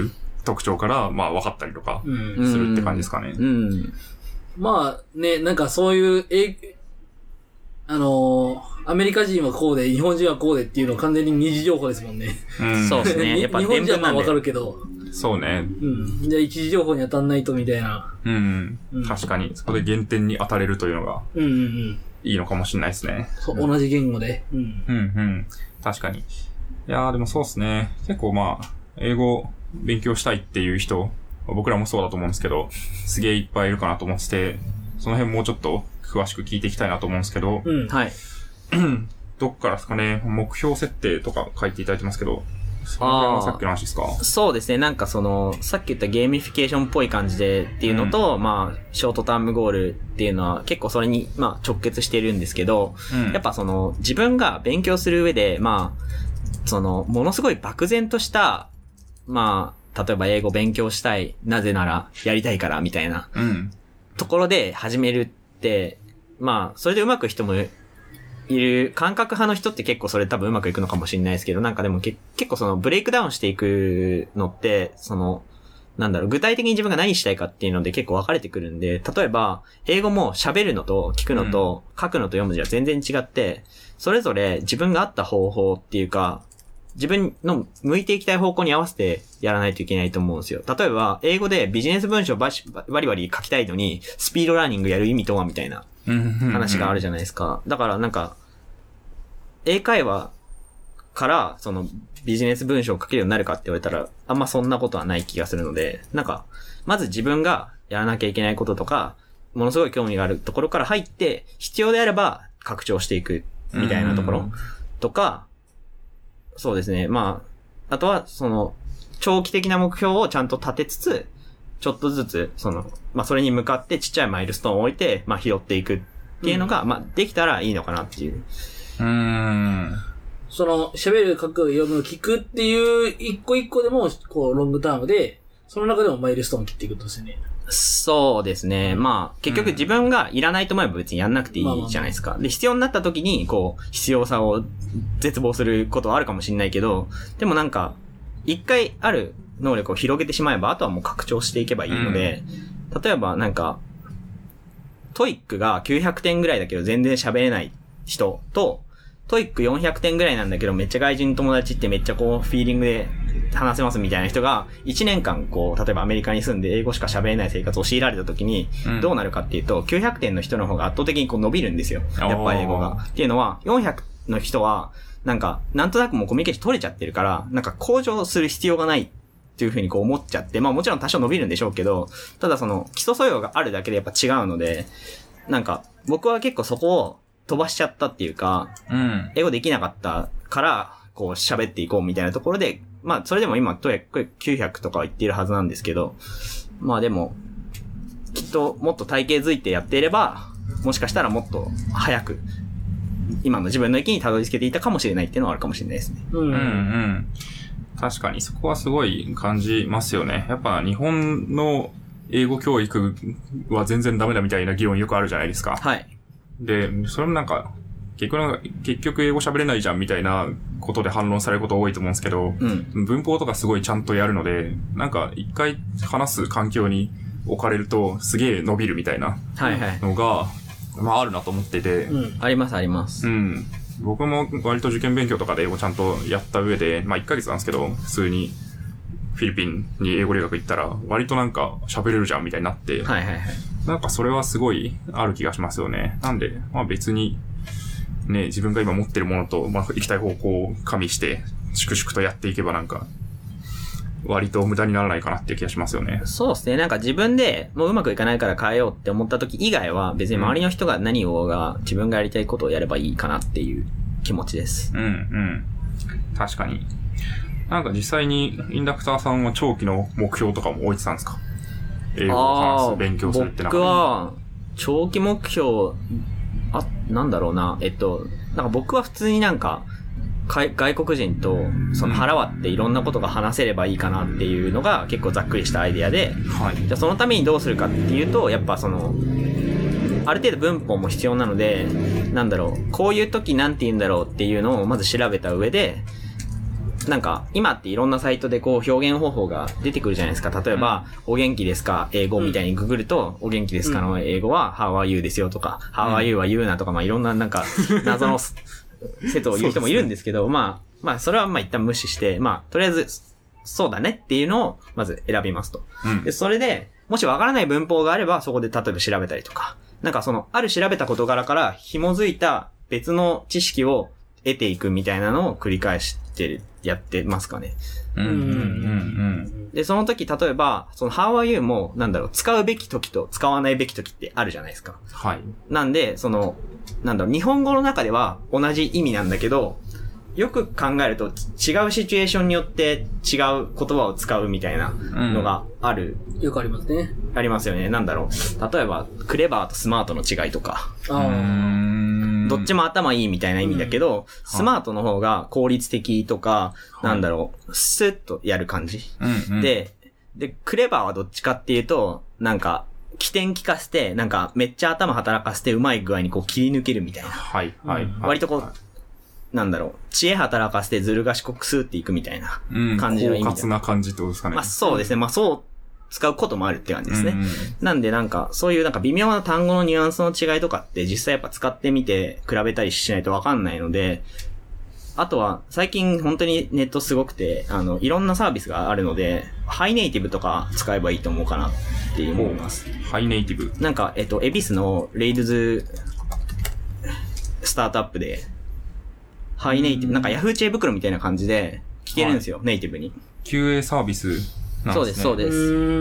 特徴からまあ分かったりとかうん。 するって感じですかね。 うん。 まあね、なんかそういう、アメリカ人はこうで、日本人はこうでっていうのは完全に二次情報ですもんね。 うん。 そうですね。やっぱ日本人はまあわかる。 るけど、 そうね。 うん。じゃあ一次情報に当たんないとみたいな。 うんうん。 確かに、そこで減点に当たれるというのがうんうんうん。 いいのかもしれないですね。 そう、同じ言語で。うん。 うん。確かに。いやーでもそうですね。結構まあ、英語勉強したいっていう人、僕らもそうだと思うんですけど、すげえいっぱいいるかなと思ってて、その辺もうちょっと詳しく聞いていきたいなと思うんですけど、 うん。 はい。 どっからですかね、目標設定とか書いていただいてますけど、その辺はさっきの話ですか？ そうですね。なんかその、さっき言ったゲーミフィケーションっぽい感じでっていうのと、まあ、ショートタームゴールっていうのは結構それに、まあ、直結しているんですけど、やっぱその、自分が勉強する上で、まあ、その、ものすごい漠然とした、まあ、例えば英語勉強したい、なぜならやりたいからみたいなところで始めるって、まあ、それでうまく人もいる、感覚派の人って結構それ多分うまくいくのかもしれないですけど、なんかでも結構そのブレイクダウンしていくのって、その、なんだろう、具体的に自分が何したいかっていうので結構分かれてくるんで、例えば、英語も喋るのと聞くのと書くのと読むじゃ全然違って、それぞれ自分が合った方法っていうか、自分の向いていきたい方向に合わせてやらないといけないと思うんですよ。例えば、英語でビジネス文章バリバリ書きたいのに、スピードラーニングやる意味とはみたいな話があるじゃないですか。だからなんか、英会話からそのビジネス文章を書けるようになるかって言われたら、あんまそんなことはない気がするので、なんか、まず自分がやらなきゃいけないこととか、ものすごい興味があるところから入って、必要であれば拡張していくみたいなところとか、そうですね。まあ、あとはその、長期的な目標をちゃんと立てつつ、ちょっとずつ、その、まあそれに向かってちっちゃいマイルストーンを置いて、まあ拾っていくっていうのが、まあできたらいいのかなっていう。 その、喋る、書く、読む、聞くっていう一個一個でも、こう、ロングタームで、その中でもマイルストーンを切っていくんですよね。 そうですね。まあ、結局自分がいらないと思えば別にやんなくていいじゃないですか。で、必要になった時に、こう、必要さを絶望することはあるかもしれないけど、でもなんか、一回ある能力を広げてしまえば、あとはもう拡張していけばいいので、例えばなんか、トイックが900点ぐらいだけど全然喋れない人と、トイック400点ぐらいなんだけどめっちゃ外人友達ってめっちゃこうフィーリングで話せますみたいな人が1年間こう例えばアメリカに住んで英語しか喋れない生活を強いられた時にどうなるかっていうと900点の人の方が圧倒的にこう伸びるんですよ。やっぱ英語が。っていうのは400の人はなんかなんとなくもうコミュニケーション取れちゃってるからなんか向上する必要がないっていう風にこう思っちゃってまあもちろん多少伸びるんでしょうけどただその基礎素養があるだけでやっぱ違うのでなんか僕は結構そこを飛ばしちゃったっていうか、英語できなかったから、こう喋っていこうみたいなところで、まあそれでも今、とや900とかは言っているはずなんですけど、まあでも、きっともっと体系づいてやっていれば、もしかしたらもっと早く、今の自分の域にたどり着けていたかもしれないっていうのはあるかもしれないですね。 確かにそこはすごい感じますよね。やっぱ日本の英語教育は全然ダメだみたいな議論よくあるじゃないですか。 はい。 で、それもなんか、結局英語喋れないじゃんみたいなことで反論されること多いと思うんですけど、文法とかすごいちゃんとやるので、なんか一回話す環境に置かれるとすげえ伸びるみたいなのが、まああるなと思ってて、 ありますあります。 僕も割と受験勉強とかで英語ちゃんとやった上で、まあ1ヶ月なんですけど、普通にフィリピンに英語留学行ったら割となんか喋れるじゃんみたいになって、なんかそれはすごいある気がしますよね。なんで、まあ別に、ね、自分が今持ってるものと、まあ行きたい方向を加味して、粛々とやっていけばなんか、割と無駄にならないかなっていう気がしますよね。 そうですね。なんか自分でもううまくいかないから変えようって思った時以外は、別に周りの人が何を自分がやりたいことをやればいいかなっていう気持ちです。 確かに。なんか実際にインダクターさんは長期の目標とかも置いてたんですか？英語を話す、勉強するって僕は、長期目標、なんだろうな、なんか僕は普通になんか、外国人とその腹割っていろんなことが話せればいいかなっていうのが結構ざっくりしたアイデアで、じゃあそのためにどうするかっていうと、やっぱその、ある程度文法も必要なので、なんだろう、こういう時なんて言うんだろうっていうのをまず調べた上で、 なんか、今っていろんなサイトでこう表現方法が出てくるじゃないですか。例えば、お元気ですか英語みたいにググると、お元気ですかの英語は How are you ですよとか、How are you は言うなとか、まあいろんななんか、謎の説を言う人もいるんですけど、まあ、それはまあ一旦無視して、まあ、とりあえず、そうだねっていうのを、まず選びますと。で、それで、もしわからない文法があれば、そこで例えば調べたりとか、なんかある調べた事柄から紐づいた別の知識を得ていくみたいなのを繰り返してやってますかね。で、その時、例えば、How are you も、使うべき時と使わないべき時ってあるじゃないですか。 はい。 なんで、日本語の中では同じ意味なんだけど、よく考えると違うシチュエーションによって違う言葉を使うみたいなのがある。 よくありますね。 ありますよね。例えば、クレバーとスマートの違いとか。どっちも頭いいみたいな意味だけど、スマートの方が効率的とか、スッとやる感じ。で、クレバーはどっちかっていうと、起点聞かせて、めっちゃ頭働かせてうまい具合に切り抜けるみたいな。 はいはい。 割と知恵働かせてずる賢くスーっていくみたいな感じの意味で。 狡猾な感じってことですかね。 まあそうですね。まあそう使うこともあるって感じですね。なんでそういう微妙な単語のニュアンスの違いとかって実際やっぱ使ってみて比べたりしないとわかんないので、あとは最近本当にネットすごくて、いろんなサービスがあるので、ハイネイティブとか使えばいいと思うかなって思います。 ハイネイティブエビスのレイルズスタートアップで、ハイネイティブ、ヤフー知恵袋みたいな感じで聞けるんですよ、ネイティブに。 QA サービスなんですね。 そうです、そうです。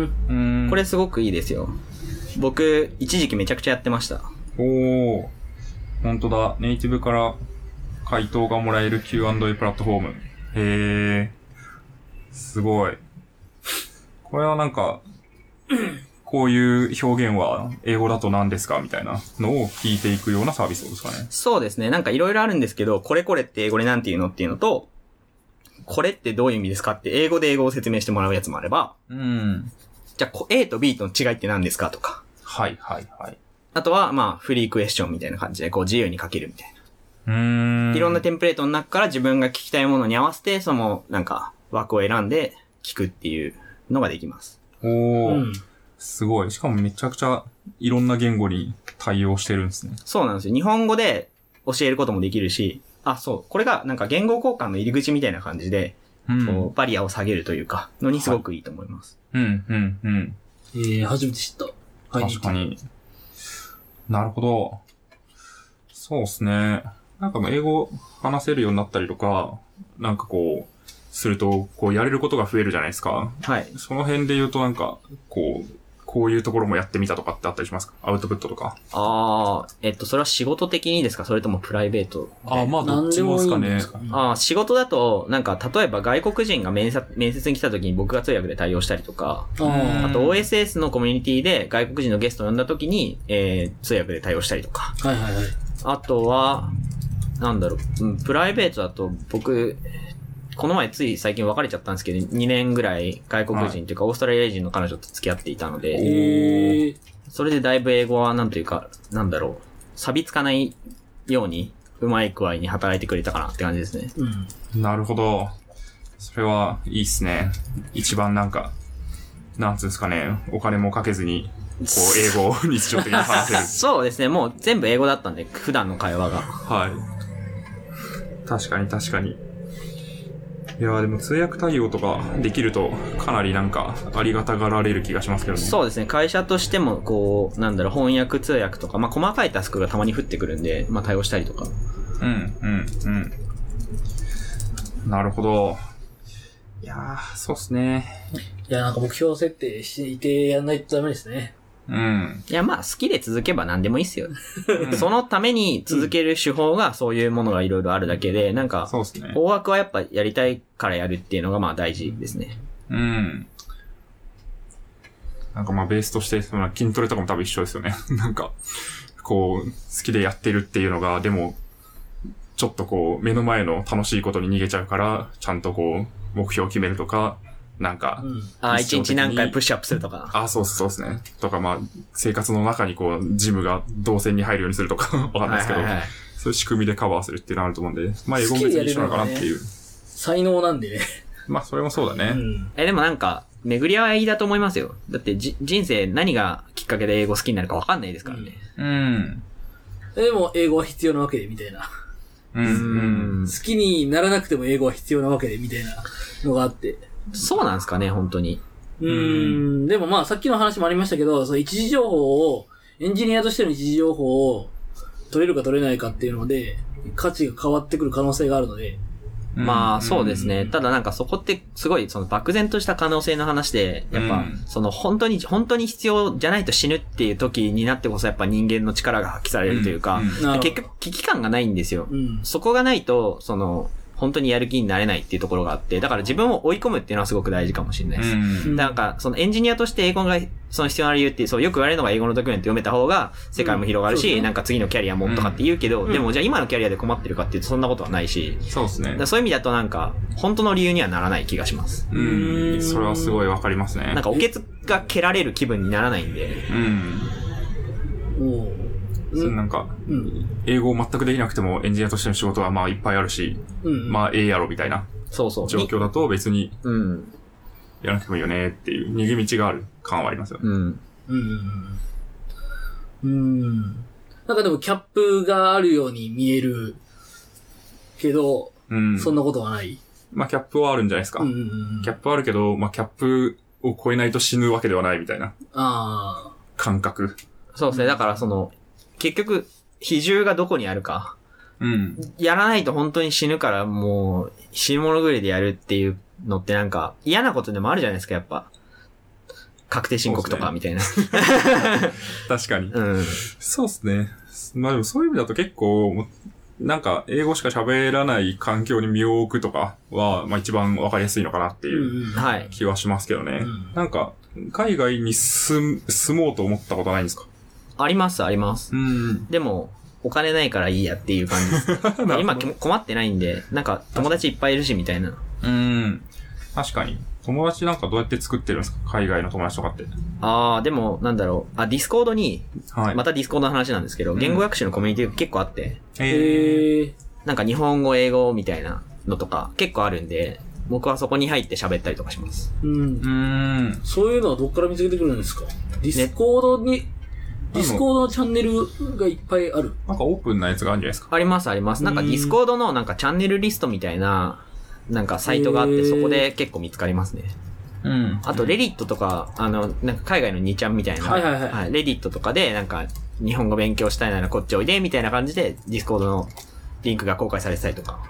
これすごくいいですよ。僕、一時期めちゃくちゃやってました。 本当だ。ネイティブから回答がもらえる Q&A プラットフォーム。へー。すごい。これはこういう表現は英語だと何ですかみたいなのを聞いていくようなサービスですかね。 そうですね。いろいろあるんですけど、これって英語でなんて言うのっていうのと、これってどういう意味ですかって英語で英語を説明してもらうやつもあれば、じゃあ A と B との違いって何ですかとか。 はいはいはい。 あとはフリークエスチョンみたいな感じで自由に書けるみたいな。いろんなテンプレートの中から自分が聞きたいものに合わせて、枠を選んで聞くっていうのができます。 すごい。しかもめちゃくちゃいろんな言語に対応してるんですね。 そうなんですよ。日本語で教えることもできるし、これが言語交換の入り口みたいな感じで、バリアを下げるというか、のにすごくいいと思います。 初めて知った。 確かに。なるほど。そうですね。英語話せるようになったりとか、すると、やれることが増えるじゃないですか。 はい。 その辺で言うとこういうところもやってみたとかってあったりしますか？アウトプットとか。 それは仕事的にですか？それともプライベート？ まあどっちもですかね。 仕事だと、例えば外国人が面接に来た時に僕が通訳で対応したりとか、あと OSS のコミュニティで外国人のゲストを呼んだ時に、通訳で対応したりとか。 はいはいはい。 あとは、プライベートだと僕、この前つい最近別れちゃったんですけど、2年ぐらい外国人というかオーストラリア人の彼女と付き合っていたので、それでだいぶ英語は錆びつかないように、うまい具合に働いてくれたかなって感じですね。 なるほど。それはいいっすね。一番なんつうんですかね、お金もかけずに、英語を日常的に話せる。 そうですね、もう全部英語だったんで、普段の会話が。 はい。確かに確かに。いやでも通訳対応とかできるとかなりありがたがられる気がしますけどね。 そうですね。会社としても翻訳通訳とか、細かいタスクがたまに降ってくるんで、対応したりとか。 なるほど。いやそうっすね。 いや目標設定していてやんないとダメですね。 いや好きで続けば何でもいいっすよ。そのために続ける手法がそういうものがいろいろあるだけで、 そうですね。 大枠はやっぱやりたいからやるっていうのが大事ですね。 ベースとして筋トレとかも多分一緒ですよね。好きでやってるっていうのが、でも、ちょっと目の前の楽しいことに逃げちゃうから、ちゃんと目標を決めるとか、 一日何回プッシュアップするとか。 そうですね。とか、生活の中にジムが動線に入るようにするとか、わかんないですけど、そういう仕組みでカバーするっていうのがあると思うんで、英語も別に一緒なのかなっていう。 才能なんでね。 まあ、それもそうだね。 でもなんか、巡り合いだと思いますよ。だって人生何がきっかけで英語好きになるか分かんないですからね。 でも、英語は必要なわけで、みたいな。好きにならなくても英語は必要なわけで、みたいなのがあって。 そうなんですかね、本当に。 でもまあ、さっきの話もありましたけど、その一時情報を、エンジニアとしての一時情報を取れるか取れないかっていうので、価値が変わってくる可能性があるので。 まあ、そうですね。ただなんかそこってすごいその漠然とした可能性の話で、やっぱ、その本当に必要じゃないと死ぬっていう時になってこそやっぱ人間の力が発揮されるというか、結局危機感がないんですよ。そこがないと、その、本当にやる気になれないっていうところがあって、だから自分を追い込むっていうのはすごく大事かもしれないです。なんか、そのエンジニアとして英語がその必要な理由って、そうよく言われるのが英語のドキュメント読めた方が世界も広がるし、なんか次のキャリアもとかって言うけど、でもじゃあ今のキャリアで困ってるかっていうとそんなことはないし、 そうですね。 そういう意味だとなんか、本当の理由にはならない気がします。 それはすごいわかりますね。 なんかおけつが蹴られる気分にならないんで。 なんか、英語を全くできなくてもエンジニアとしての仕事はまあいっぱいあるし、まあええやろみたいな状況だと別にやらなくてもいいよねっていう逃げ道がある感はありますよね。 なんかでもキャップがあるように見えるけど、そんなことはない。 まあキャップはあるんじゃないですか。キャップはあるけど、まあキャップを超えないと死ぬわけではないみたいな感覚。 そうですね。だからその、結局、比重がどこにあるか。やらないと本当に死ぬからもう、死ぬものぐらいでやるっていうのってなんか、嫌なことでもあるじゃないですか、やっぱ。確定申告とかみたいな。 確かに。そうですね。まあでもそういう意味だと結構、なんか、英語しか喋らない環境に身を置くとかは、まあ一番わかりやすいのかなっていう気はしますけどね。なんか、海外に住もうと思ったことないんですか？ あります、あります。でも、お金ないからいいやっていう感じです。今困ってないんで、なんか友達いっぱいいるしみたいな。 確かに。友達なんかどうやって作ってるんですか？海外の友達とかって。 でも、なんだろう。ディスコードに、またディスコードの話なんですけど、言語学習のコミュニティが結構あって。なんか日本語、英語みたいなのとか結構あるんで、僕はそこに入って喋ったりとかします。 そういうのはどっから見つけてくるんですか？ディスコードのチャンネルがいっぱいある。 なんかオープンなやつがあるんじゃないですか？ あります、あります。なんかディスコードのなんかチャンネルリストみたいな、なんかサイトがあって、そこで結構見つかりますね。あと、レディットとか、なんか海外の2ちゃんみたいな。レディットとかで、なんか、日本語勉強したいならこっちおいで、みたいな感じで、ディスコードのリンクが公開されてたりとか。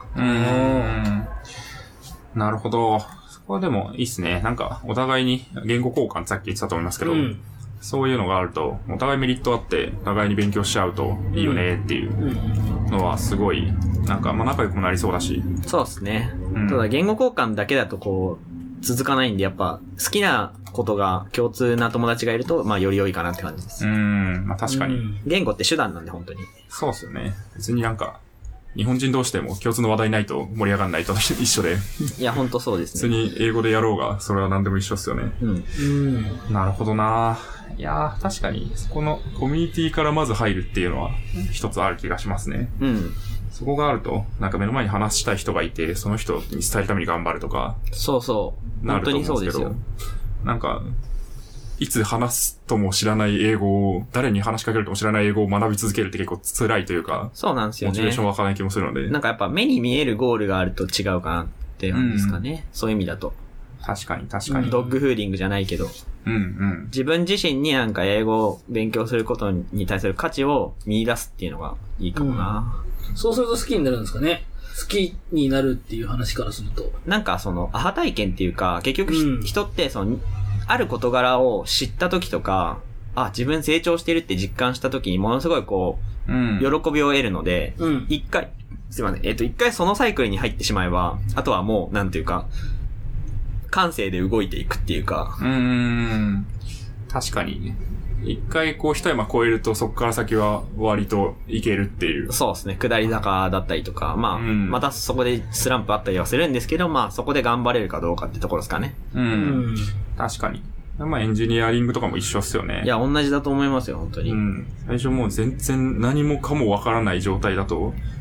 なるほど。そこはでもいいっすね。なんか、お互いに言語交換さっき言ってたと思いますけど、そういうのがあると、お互いメリットあって、お互いに勉強しちゃうといいよねっていうのはすごい、なんか、まあ仲良くもなりそうだし。 そうですね。ただ言語交換だけだとこう、続かないんで、やっぱ、好きなことが共通な友達がいると、まあより良いかなって感じです。 まあ確かに。 言語って手段なんで、本当に。 そうですよね。別になんか、日本人同士でも共通の話題ないと盛り上がんないと一緒で。 いや、本当そうですね。普通に英語でやろうが、それは何でも一緒っすよね。なるほどないやー、確かに、そこのコミュニティからまず入るっていうのは一つある気がしますね。そこがあると、なんか目の前に話したい人がいて、その人に伝えるために頑張るとか。 そうそう。なると思うんですけど。 なんか、いつ話すとも知らない英語を、誰に話しかけるとも知らない英語を学び続けるって結構辛いというか。 そうなんですよね。 モチベーション湧かない気もするので。 なんかやっぱ目に見えるゴールがあると違うかなって感じですかね。そういう意味だと。 確かに確かに。 ドッグフーディングじゃないけど。自分自身になんか英語を勉強することに対する価値を見出すっていうのがいいかもな。 そうすると好きになるんですかね。好きになるっていう話からすると。 なんかその、アハ体験っていうか、結局人ってその、ある事柄を知った時とか、自分成長してるって実感した時にものすごいこう、喜びを得るので、一回そのサイクルに入ってしまえば、あとはもう、なんていうか、感性で動いていくっていうか。 確かに。一回こう一山越えるとそこから先は割といけるっていう。 そうですね。下り坂だったりとか、まあ、またそこでスランプあったりはするんですけど、まあそこで頑張れるかどうかってところですかね。 確かに。まあエンジニアリングとかも一緒っすよね。 いや、同じだと思いますよ、本当に。 最初もう全然何もかもわからない状態だと、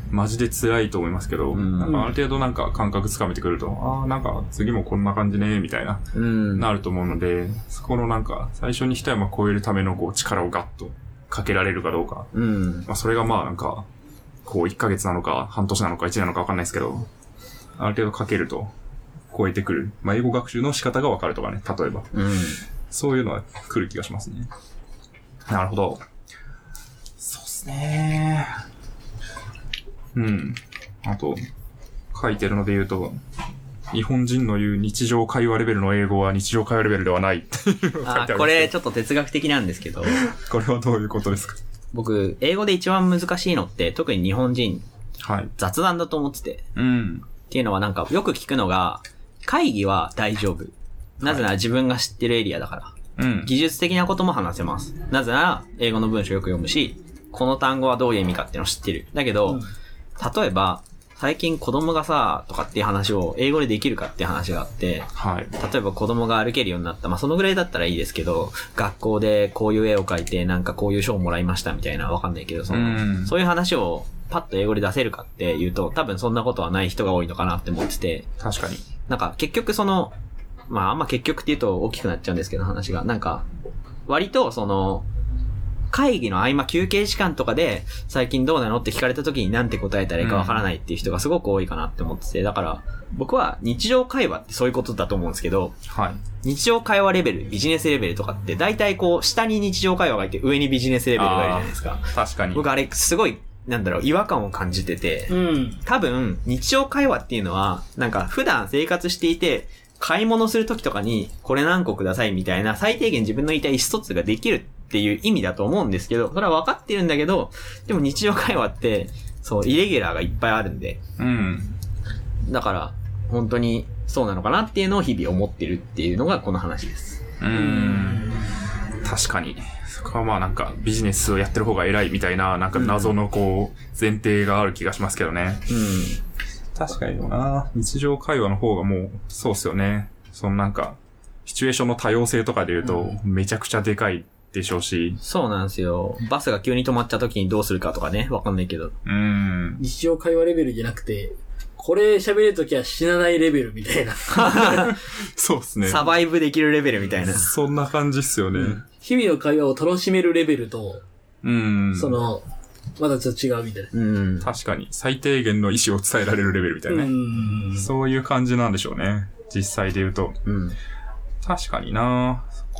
マジで辛いと思いますけど、なんかある程度なんか感覚つかめてくると、なんか次もこんな感じね、みたいな、なると思うので、そこのなんか最初に一山越えるためのこう力をガッとかけられるかどうか。まあそれがまあなんか、こう1ヶ月なのか半年なのか1年なのかわかんないですけど、ある程度かけると超えてくる。まあ英語学習の仕方がわかるとかね、例えば。そういうのは来る気がしますね。なるほど。そうっすね。あと、書いてるので言うと、日本人の言う日常会話レベルの英語は日常会話レベルではないっていうのを書いてあるんですけど。 これちょっと哲学的なんですけど。 これはどういうことですか？ 僕、英語で一番難しいのって、特に日本人、雑談だと思ってて。っていうのはなんか、よく聞くのが、会議は大丈夫。なぜなら自分が知ってるエリアだから。技術的なことも話せます。なぜなら、英語の文章よく読むし、この単語はどういう意味かっていうのを知ってる。だけど、例えば、最近子供がさ、とかっていう話を英語でできるかっていう話があって、例えば子供が歩けるようになった。まあ、そのぐらいだったらいいですけど、学校でこういう絵を描いて、なんかこういう賞をもらいましたみたいな、わかんないけど、そういう話をパッと英語で出せるかっていうと、多分そんなことはない人が多いのかなって思ってて。 確かに。 なんか結局まあ、あんま結局って言うと大きくなっちゃうんですけど、話が。なんか、割と会議の合間休憩時間とかで最近どうなのって聞かれた時になんて答えたらいいかわからないっていう人がすごく多いかなって思ってて、だから僕は日常会話ってそういうことだと思うんですけど、日常会話レベル、ビジネスレベルとかって大体こう下に日常会話がいて上にビジネスレベルがいるじゃないですか。 確かに。 僕あれすごい違和感を感じてて、多分日常会話っていうのはなんか普段生活していて買い物する時とかにこれ何個くださいみたいな最低限自分の言いたい意思疎通ができるっていう意味だと思うんですけど、それは分かってるんだけど、でも日常会話って、イレギュラーがいっぱいあるんで。だから、本当にそうなのかなっていうのを日々思ってるっていうのがこの話です。 確かに。そこはまあなんかビジネスをやってる方が偉いみたいな、なんか謎のこう、前提がある気がしますけどね。確かにな。日常会話の方がもう、そうっすよね。なんか、シチュエーションの多様性とかで言うと、めちゃくちゃでかい。でしょうし。 そうなんですよ。バスが急に止まった時にどうするかとかね、わかんないけど。 日常会話レベルじゃなくて、これ喋るときは死なないレベルみたいな。 そうですね。 サバイブできるレベルみたいな。 そんな感じっすよね。 日々の会話を楽しめるレベルと、まだちょっと違うみたいな。確かに。最低限の意思を伝えられるレベルみたいなね。そういう感じなんでしょうね。実際で言うと。確かにな。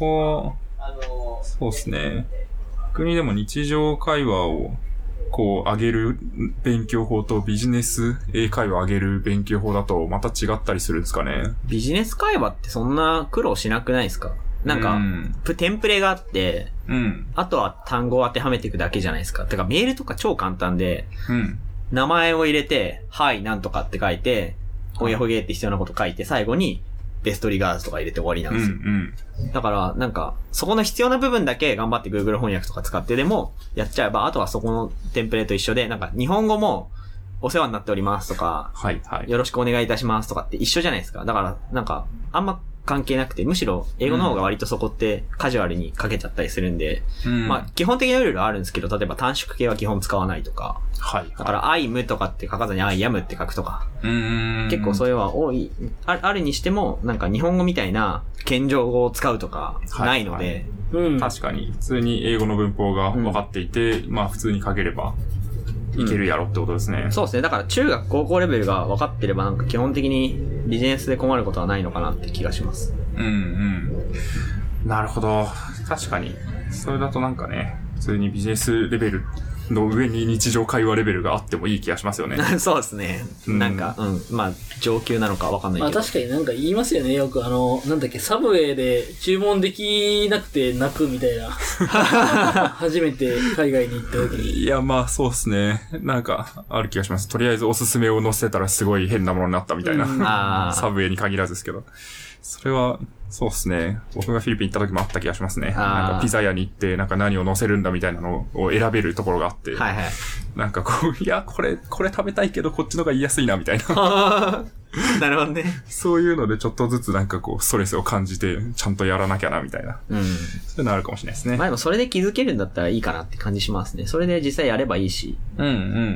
そうですね。逆にでも日常会話をこう上げる勉強法とビジネス英会話上げる勉強法だとまた違ったりするんですかね。 ビジネス会話ってそんな苦労しなくないですか？なんか、テンプレがあって、あとは単語を当てはめていくだけじゃないですか。てかメールとか超簡単で、名前を入れて、はいなんとかって書いて、ほげほげって必要なこと書いて、最後にベストリガーズとか入れて終わりなんですよ。だから、なんか、そこの必要な部分だけ頑張って Google 翻訳とか使ってでもやっちゃえば、あとはそこのテンプレと一緒で、なんか日本語もお世話になっておりますとか、よろしくお願いいたしますとかって一緒じゃないですか。だから、なんか、あんま関係なくて、むしろ英語の方が割とそこってカジュアルに書けちゃったりするんで、まあ基本的なルールはあるんですけど、例えば短縮形は基本使わないとか、だから I'm とかって書かずに I am って書くとか、結構そういうのは多い、あるにしても、なんか日本語みたいな謙譲語を使うとかないので、 確かに普通に英語の文法が分かっていて、まあ普通に書ければいけるやろってことですね。 そうですね。だから中学高校レベルが分かってればなんか基本的にビジネスで困ることはないのかなって気がします。 なるほど。確かに。それだとなんかね、普通にビジネスレベルの上に日常会話レベルがあってもいい気がしますよね。 そうですね。なんか、まあ、上級なのかわかんないけど。 まあ確かになんか言いますよね。よくなんだっけ、サブウェイで注文できなくて泣くみたいな。初めて海外に行った時に。 いや、まあそうですね。なんか、ある気がします。とりあえずおすすめを載せたらすごい変なものになったみたいな。サブウェイに限らずですけど。それはそうですね。僕がフィリピン行った時もあった気がしますね。 あーなんかピザ屋に行って、なんか何を乗せるんだみたいなのを選べるところがあって、 はいはい。 なんかこう、いや、これ食べたいけどこっちの方が言いやすいなみたいな。 なるほどね。 そういうのでちょっとずつなんかこう、ストレスを感じて、ちゃんとやらなきゃなみたいな。 うん。 そういうのあるかもしれないですね。 まあでもそれで気づけるんだったらいいかなって感じしますね。それで実際やればいいし。 うんうん。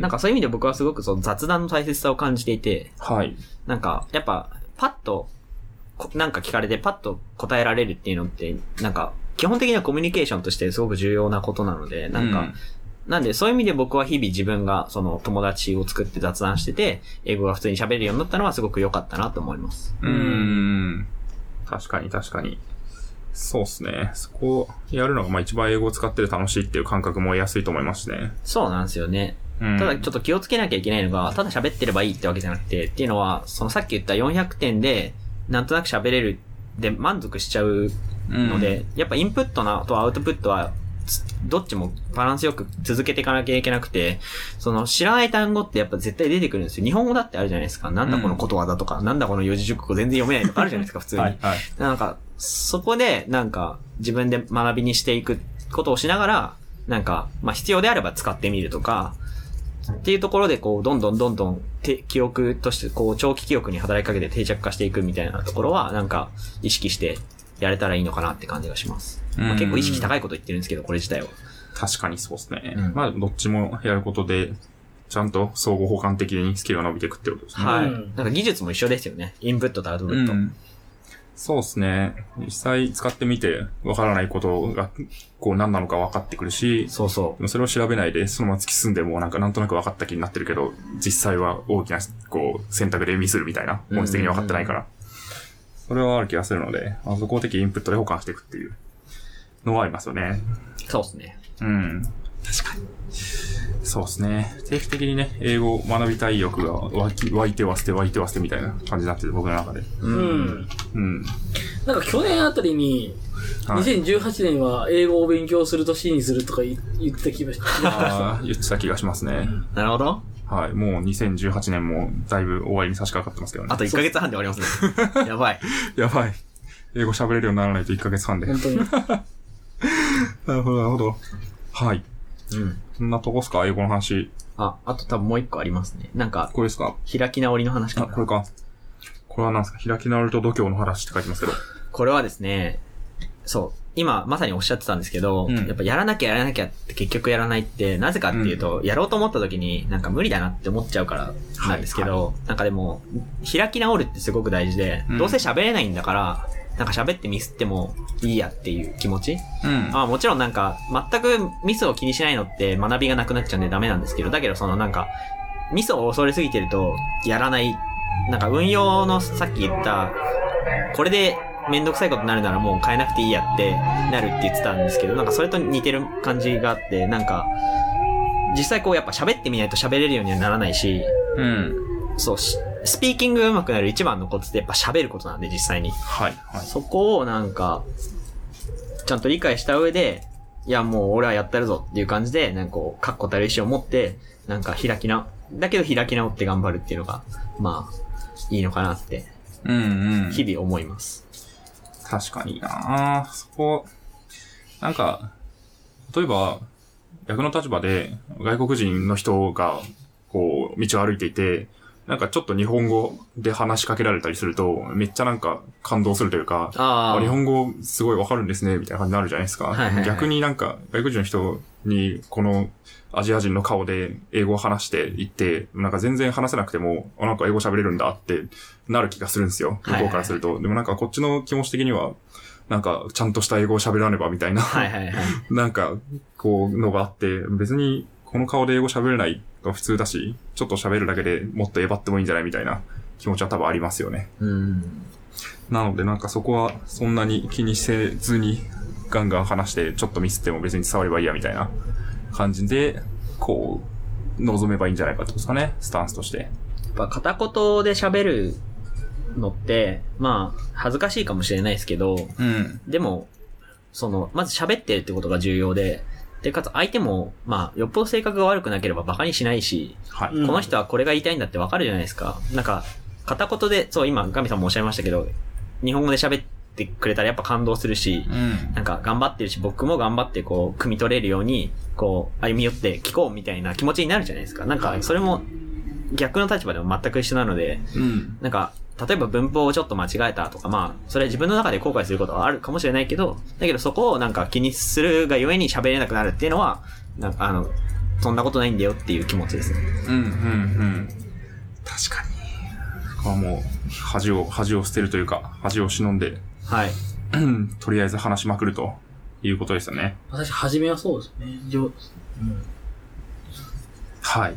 なんかそういう意味で僕はすごくその雑談の大切さを感じていて、 はい。 なんかやっぱパッとなんか聞かれてパッと答えられるっていうのって、なんか基本的にはコミュニケーションとしてすごく重要なことなので、なんか、なんでそういう意味で僕は日々自分がその友達を作って雑談してて、英語が普通に喋れるようになったのはすごく良かったなと思います。 確かに確かに。そうですね。そこをやるのがまあ一番英語を使ってて楽しいっていう感覚も得やすいと思いますね。 そうなんですよね。ただちょっと気をつけなきゃいけないのが、ただ喋ってればいいってわけじゃなくて、っていうのは、そのさっき言った400点で、なんとなく喋れるで満足しちゃうので、やっぱインプットとアウトプットは、どっちもバランスよく続けていかなきゃいけなくて、その知らない単語ってやっぱ絶対出てくるんですよ。日本語だってあるじゃないですか。なんだこのことわざとか、なんだこの四字熟語全然読めないとかあるじゃないですか、普通に。 はいはい。 なんか、そこで、なんか、自分で学びにしていくことをしながら、なんか、まあ必要であれば使ってみるとか、っていうところで、こう、どんどん記憶として、こう、長期記憶に働きかけて定着化していくみたいなところは、なんか、意識してやれたらいいのかなって感じがします。まあ、結構意識高いこと言ってるんですけど、これ自体は。 確かにそうですね。 まあ、どっちもやることで、ちゃんと相互補完的にスキルが伸びていくってことですね。 はい。なんか技術も一緒ですよね。インプットとアウトプット。 そうですね。実際使ってみてわからないことがこう何なのか分かってくるし、 そうそう。 それを調べないでそのまま突き進んでもなんとなく分かった気になってるけど、実際は大きなこう選択でミスるみたいな、本質的に分かってないから。それはある気がするので、そこ的インプットで補完していくっていうのはありますよね。 そうですね。 確かに。そうですね。定期的にね、英語を学びたい意欲が湧いては捨てみたいな感じになってる、僕の中で。 なんか去年あたりに、2018年は英語を勉強する年にするとか言ってた気がします。 言ってた気がしますね。 なるほど。 はい。もう2018年もだいぶ終わりに差し掛かってますけどね。 あと1ヶ月半で終わりますね。やばい。 やばい。英語喋れるようにならないと1ヶ月半で。 本当に。 なるほど。はい。そんなとこっすか、英語の話。 あと多分もう一個ありますね。なんか、 これですか？ 開き直りの話かな。 これか。これは何ですか？開き直りと度胸の話って書いてますけど。 これはですね、そう、今まさにおっしゃってたんですけど、やっぱやらなきゃって結局やらないって、なぜかっていうと、やろうと思った時になんか無理だなって思っちゃうからなんですけど、なんかでも、開き直るってすごく大事で、どうせ喋れないんだから、なんか喋ってミスってもいいやっていう気持ち、もちろんなんか、全くミスを気にしないのって学びがなくなっちゃうんでダメなんですけど、だけどそのなんか、ミスを恐れすぎてると、やらない、なんか運用のさっき言った、これでめんどくさいことになるならもう変えなくていいやってなるって言ってたんですけど、なんかそれと似てる感じがあって、なんか、実際こうやっぱ喋ってみないと喋れるようにはならないし、そう、スピーキング上手くなる一番のコツってやっぱ喋ることなんで実際に。そこをなんか、ちゃんと理解した上で、いやもう俺はやったるぞっていう感じで、なんかこう、確固たる意志を持って、なんかだけど開き直って頑張るっていうのが、まあ、いいのかなって、日々思います。 確かになぁ。そこ、なんか、例えば、逆の立場で外国人の人が、こう、道を歩いていて、なんかちょっと日本語で話しかけられたりすると、めっちゃなんか感動するというか、日本語すごいわかるんですね、みたいな感じになるじゃないですか。逆になんか外国人の人にこのアジア人の顔で英語を話していって、なんか全然話せなくても、なんか英語喋れるんだってなる気がするんですよ。向こうからすると。でもなんかこっちの気持ち的には、なんかちゃんとした英語を喋らねばみたいな、なんかこうのがあって、別にこの顔で英語喋れないが普通だし、ちょっと喋るだけでもっとえばってもいいんじゃないみたいな気持ちは多分ありますよね。なのでなんかそこはそんなに気にせずにガンガン話してちょっとミスっても別に伝わればいいやみたいな感じで、こう、望めばいいんじゃないかってことですかね、スタンスとして。 やっぱ片言で喋るのって、まあ、恥ずかしいかもしれないですけど、でも、まず喋ってるってことが重要で、かつ相手も、まあ、よっぽど性格が悪くなければ馬鹿にしないし、この人はこれが言いたいんだってわかるじゃないですか。なんか、片言で、そう、今、ガミさんもおっしゃいましたけど、日本語で喋ってってくれたらやっぱ感動するし、なんか頑張ってるし、僕も頑張ってこう、汲み取れるように、こう、歩み寄って聞こうみたいな気持ちになるじゃないですか。なんか、それも逆の立場でも全く一緒なので、なんか、例えば文法をちょっと間違えたとか、まあ、それ自分の中で後悔することはあるかもしれないけど、だけどそこをなんか気にするがゆえに喋れなくなるっていうのは、なんかそんなことないんだよっていう気持ちですね。 確かに。ここはもう、恥を捨てるというか、恥を忍んで、 はい。 とりあえず話しまくるということですよね。 私、初めはそうですね。 はい。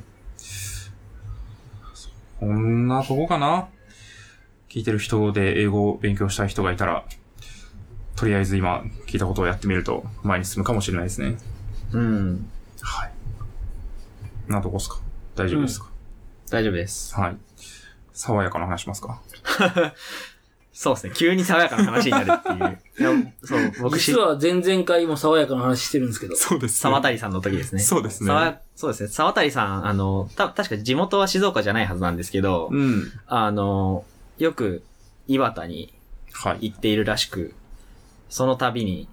こんなとこかな？聞いてる人で英語を勉強したい人がいたら、とりあえず今聞いたことをやってみると前に進むかもしれないですね。はい。なとこっすか？大丈夫ですか？ 大丈夫です。 はい。爽やかな話しますか？ そうですね。急に爽やかな話になるっていう。いやそう、僕実は前々回も爽やかな話してるんですけど。 そうですね。 沢谷さんの時ですね。 そうですね。 そうですね。沢谷さん、確か地元は静岡じゃないはずなんですけど、よく岩田に行っているらしく、その度に、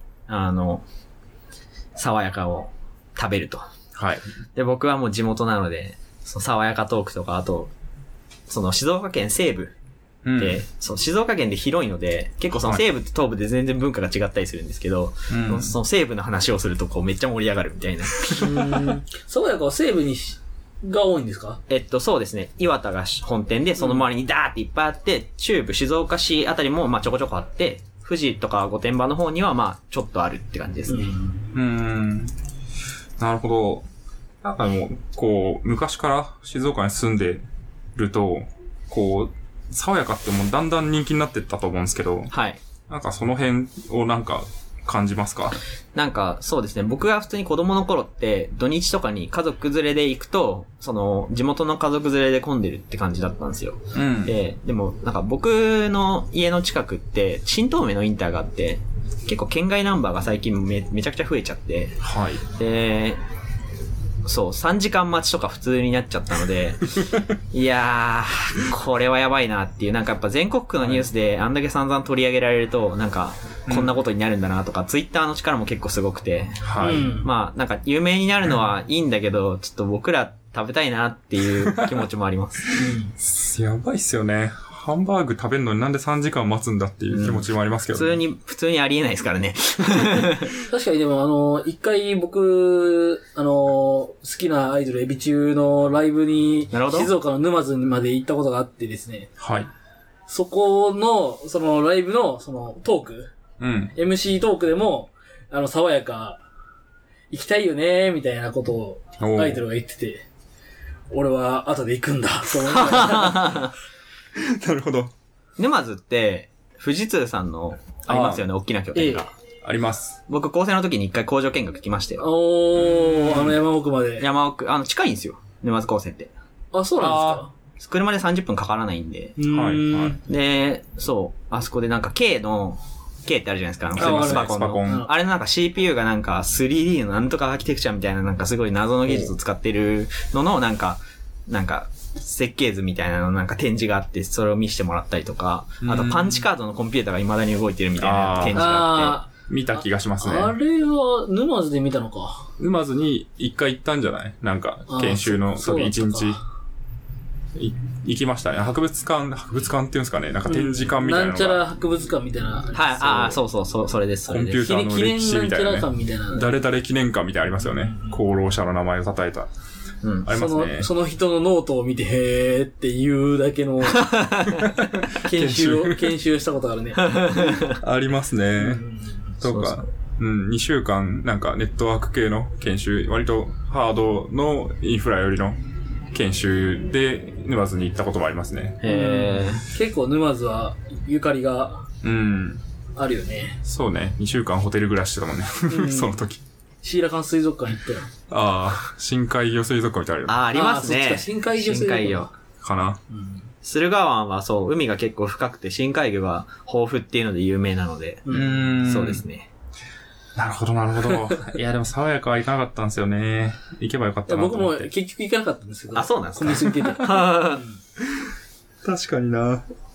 爽やかを食べると。 はい。 で、僕はもう地元なので、その爽やかトークとか、あと、その静岡県西部で、その静岡県で広いので、結構その西部と東部で全然文化が違ったりするんですけど、その西部の話をするとこうめっちゃ盛り上がるみたいな。 爽やかは西部が多いんですか？ そうですね。岩田が本店で、その周りにダーっていっぱいあって、中部、静岡市あたりもまあちょこちょこあって、富士とか御殿場の方にはまあちょっとあるって感じですね。 なるほど。なんかもう、こう、昔から静岡に住んでると、こう、爽やかってもうだんだん人気になってったと思うんですけど、 はい。 なんかその辺をなんか感じますか？ なんかそうですね。僕が普通に子供の頃って土日とかに家族連れで行くと、その地元の家族連れで混んでるって感じだったんですよ。でもなんか僕の家の近くって新東名のインターがあって、結構県外ナンバーが最近めちゃくちゃ増えちゃって、 はい。 で、そう、3時間待ちとか普通になっちゃったので、いやー、これはやばいなっていう、なんかやっぱ全国区のニュースであんだけ散々取り上げられると、なんか、こんなことになるんだなとか、ツイッターの力も結構すごくて、 はい。 まあ、なんか有名になるのはいいんだけど、ちょっと僕ら食べたいなっていう気持ちもあります。 やばいっすよね。ハンバーグ食べるのになんで3時間待つんだっていう気持ちもありますけど、 ね普通にありえないですからね。 確かにでも一回僕、好きなアイドルエビ中のライブに、静岡の沼津まで行ったことがあってですね。 はい。 そこの、そのライブの、そのトーク、MC トークでも、爽やか、行きたいよねみたいなことをアイドルが言ってて、俺は後で行くんだ、と思いながら。 なるほど。 沼津って、富士通さんの、ありますよね、大きな拠点が。 あります。 僕、高生の時に一回工場見学来ましたよ。 山奥まで。 山奥、近いんですよ。沼津高生って。 あ、そうなんですか？ 車で30分かからないんで。 はい。 で、そう、あそこでなんか K ってあるじゃないですか。スパコン。あれのなんか CPU がなんか 3D のなんとかアーキテクチャみたいななんかすごい謎の技術を使ってるののなんか、設計図みたいなのなんか展示があって、それを見せてもらったりとか、あとパンチカードのコンピューターが未だに動いてるみたいな展示があって。 見た気がしますね。 あれは沼津で見たのか。 沼津に一回行ったんじゃない？なんか、研修の時一日。行きましたね。博物館っていうんですかね。なんか展示館みたいなのが。 なんちゃら博物館みたいな。 はい、それです。 コンピューターの歴史みたいな、ね。 記念なんちゃら館みたいな。 誰々記念館みたいなのありますよね。功労者の名前を叩いた。ありますね。 その人のノートを見て、へーっていうだけの研修したことがあるね。 ありますね。とか、2週間、なんかネットワーク系の研修、割とハードのインフラよりの研修で沼津に行ったこともありますね。 結構沼津はゆかりがあるよね。 そうね。2週間ホテル暮らししてたもんね。その時。 シーラカン水族館行ったよ。 深海魚水族館みたいな。 ありますね。 深海魚水族館。 かな。 駿河湾はそう、海が結構深くて深海魚が豊富っていうので有名なので。そうですね。 なるほど。いや、でも爽やかは行かなかったんですよね。行けばよかったなと思って。 僕も結局行かなかったんですけど。 そうなんですか？ 混みすぎてて。 確かにな。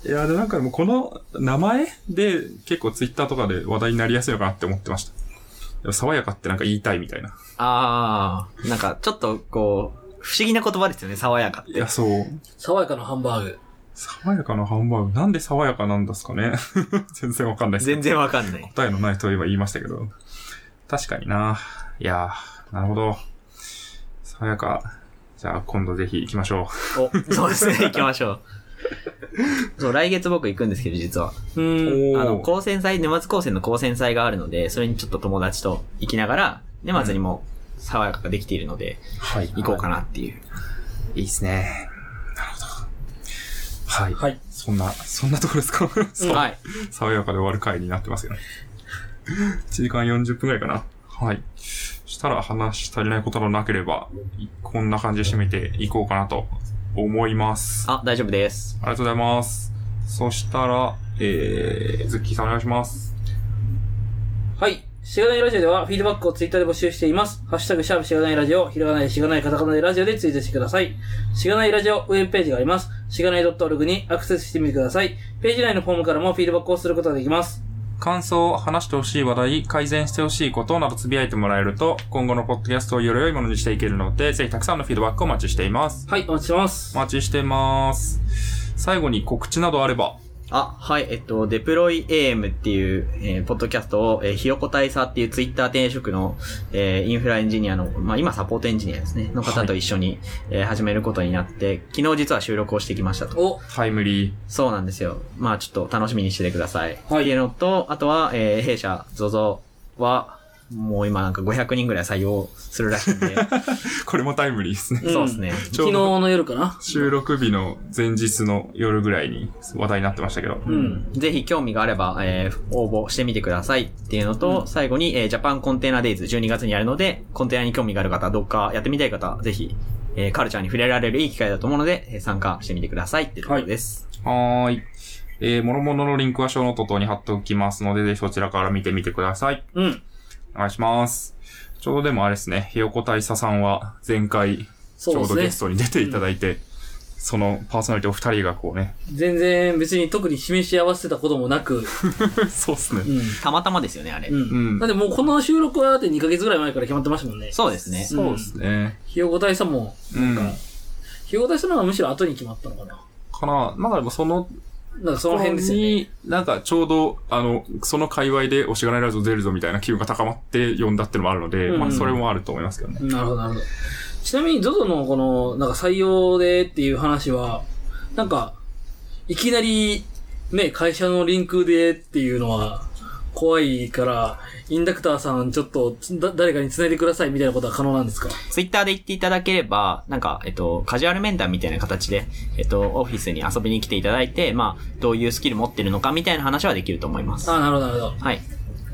いや、でなんかもうこの名前で結構ツイッターとかで話題になりやすいのかなって思ってました。でも爽やかってなんか言いたいみたいな。 なんかちょっとこう、不思議な言葉ですよね、爽やかって。 いや、そう。 爽やかなハンバーグ。 爽やかなハンバーグ。なんで爽やかなんですかね全然わかんないです。 全然わかんない。 答えのないといえば言いましたけど。確かにな。いやー、なるほど。爽やか。じゃあ今度ぜひ行きましょお、そうですね、行きましょう。そう、来月僕行くんですけど、実は。 う。 高専祭、年末高専の高専祭があるので、それにちょっと友達と行きながら、年末にも爽やかができているので、 はい。 行こうかなっていう。 いいですね。なるほど。はい。 はい。 そんなところですかはい。 爽やかで終わる回になってますよね。1時間40分くらいかな。はい。そしたら話し足りないことのなければ、こんな感じで締めていこうかなと思います。 あ、大丈夫です。 ありがとうございます。そしたら、ズッキーさんお願いします。 はい。しがないラジオではフィードバックをツイッターで募集しています。ハッシュタグシャープしがないラジオ、ひらがないしがないカタカナでラジオでツイートしてください。しがないラジオウェブページがあります。しがない .org にアクセスしてみてください。ページ内のフォームからもフィードバックをすることができます。 感想、話してほしい話題、改善してほしいことなどつぶやいてもらえると、今後のポッドキャストをより良いものにしていけるので、ぜひたくさんのフィードバックをお待ちしています。 はい、お待ちしてます。 お待ちしてます。最後に告知などあれば。 はい、デプロイ AM っていう、ポッドキャストを、ひよこ大佐っていうツイッター転職の、インフラエンジニアの、今サポートエンジニアですね、の方と一緒に、始めることになって、昨日実は収録をしてきましたと。 お、 タイムリー。 そうなんですよ。ちょっと楽しみにしててください。 はい。 っていうのと、あとは、弊社 ZOZO は、もう今なんか500人ぐらい採用するらしいんで。 これもタイムリーですね。 そうですね。 昨日の夜かな。 収録日の前日の夜ぐらいに話題になってましたけど。 ぜひ興味があれば、応募してみてくださいっていうのと、最後に、ジャパンコンテナデイズ12月にやるので、コンテナに興味がある方、どっかやってみたい方、ぜひ、カルチャーに触れられるいい機会だと思うので、参加してみてくださいっていうところです。 はーい。諸々のリンクはショーノート等に貼っておきますので、ぜひそちらから見てみてください。お願いします。ちょうどでもあれですね、ひよこ大佐さんは前回、ちょうどゲストに出ていただいて、そのパーソナリティお二人がこうね。 全然別に特に示し合わせたこともなく。 そうっすね。 たまたまですよね、あれ。 だってもうこの収録は2ヶ月ぐらい前から決まってましたもんね。 そうですね。 そうですね。 ひよこ大佐も、なんか、ひよこ大佐の方がむしろ後に決まったのかな。 でもその、 なんかその辺ですよね。 なんかちょうど、その界隈でおしがないラジオ出るぞみたいな機運が高まって呼んだっていうのもあるので、それもあると思いますけどね。 なるほど、なるほど。ちなみに ZOZO のこの、なんか採用でっていう話は、なんか、いきなり、ね、会社のリンクでっていうのは、怖いから、インダクターさんちょっと、誰かに繋いでくださいみたいなことは可能なんですか？ ツイッターで言っていただければ、なんか、カジュアル面談みたいな形で、オフィスに遊びに来ていただいて、どういうスキル持ってるのかみたいな話はできると思います。 なるほど、なるほど。 はい。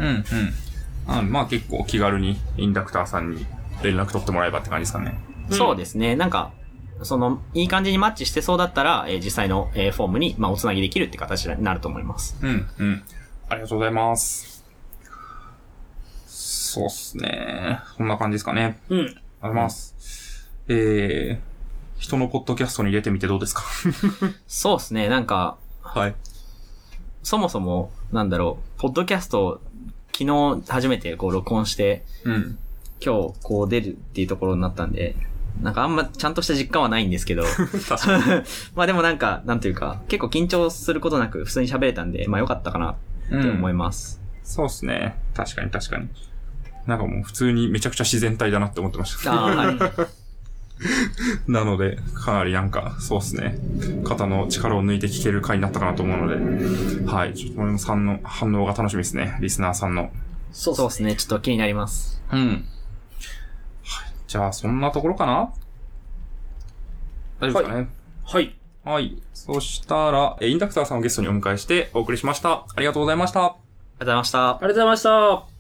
結構気軽にインダクターさんに連絡取ってもらえばって感じですかね。 そうですね。なんか、いい感じにマッチしてそうだったら、実際の、フォームに、おつなぎできるって形になると思います。 ありがとうございます。そうっすね。こんな感じですかね。ありがとうございます。人のポッドキャストに出てみてどうですか？ そうですね。なんか、 はい。 そもそも、ポッドキャストを昨日初めて録音して、今日出るっていうところになったんで、なんかあんまちゃんとした実感はないんですけど。 確かに。 でもなんか、なんていうか、結構緊張することなく普通に喋れたんで、良かったかなって思います。 そうですね。確かに。なんかもう普通にめちゃくちゃ自然体だなって思ってました。 はい。 なので、かなりなんか、そうですね。肩の力を抜いて聞ける回になったかなと思うので、はい。ちょっと森本さんの反応が楽しみですね。リスナーさんの。 そうですね。ちょっと気になります。 はい。じゃあ、そんなところかな？大丈夫ですかね？はい。そしたら、インダクターさんをゲストにお迎えしてお送りしました。ありがとうございました。 ありがとうございました。 ありがとうございました。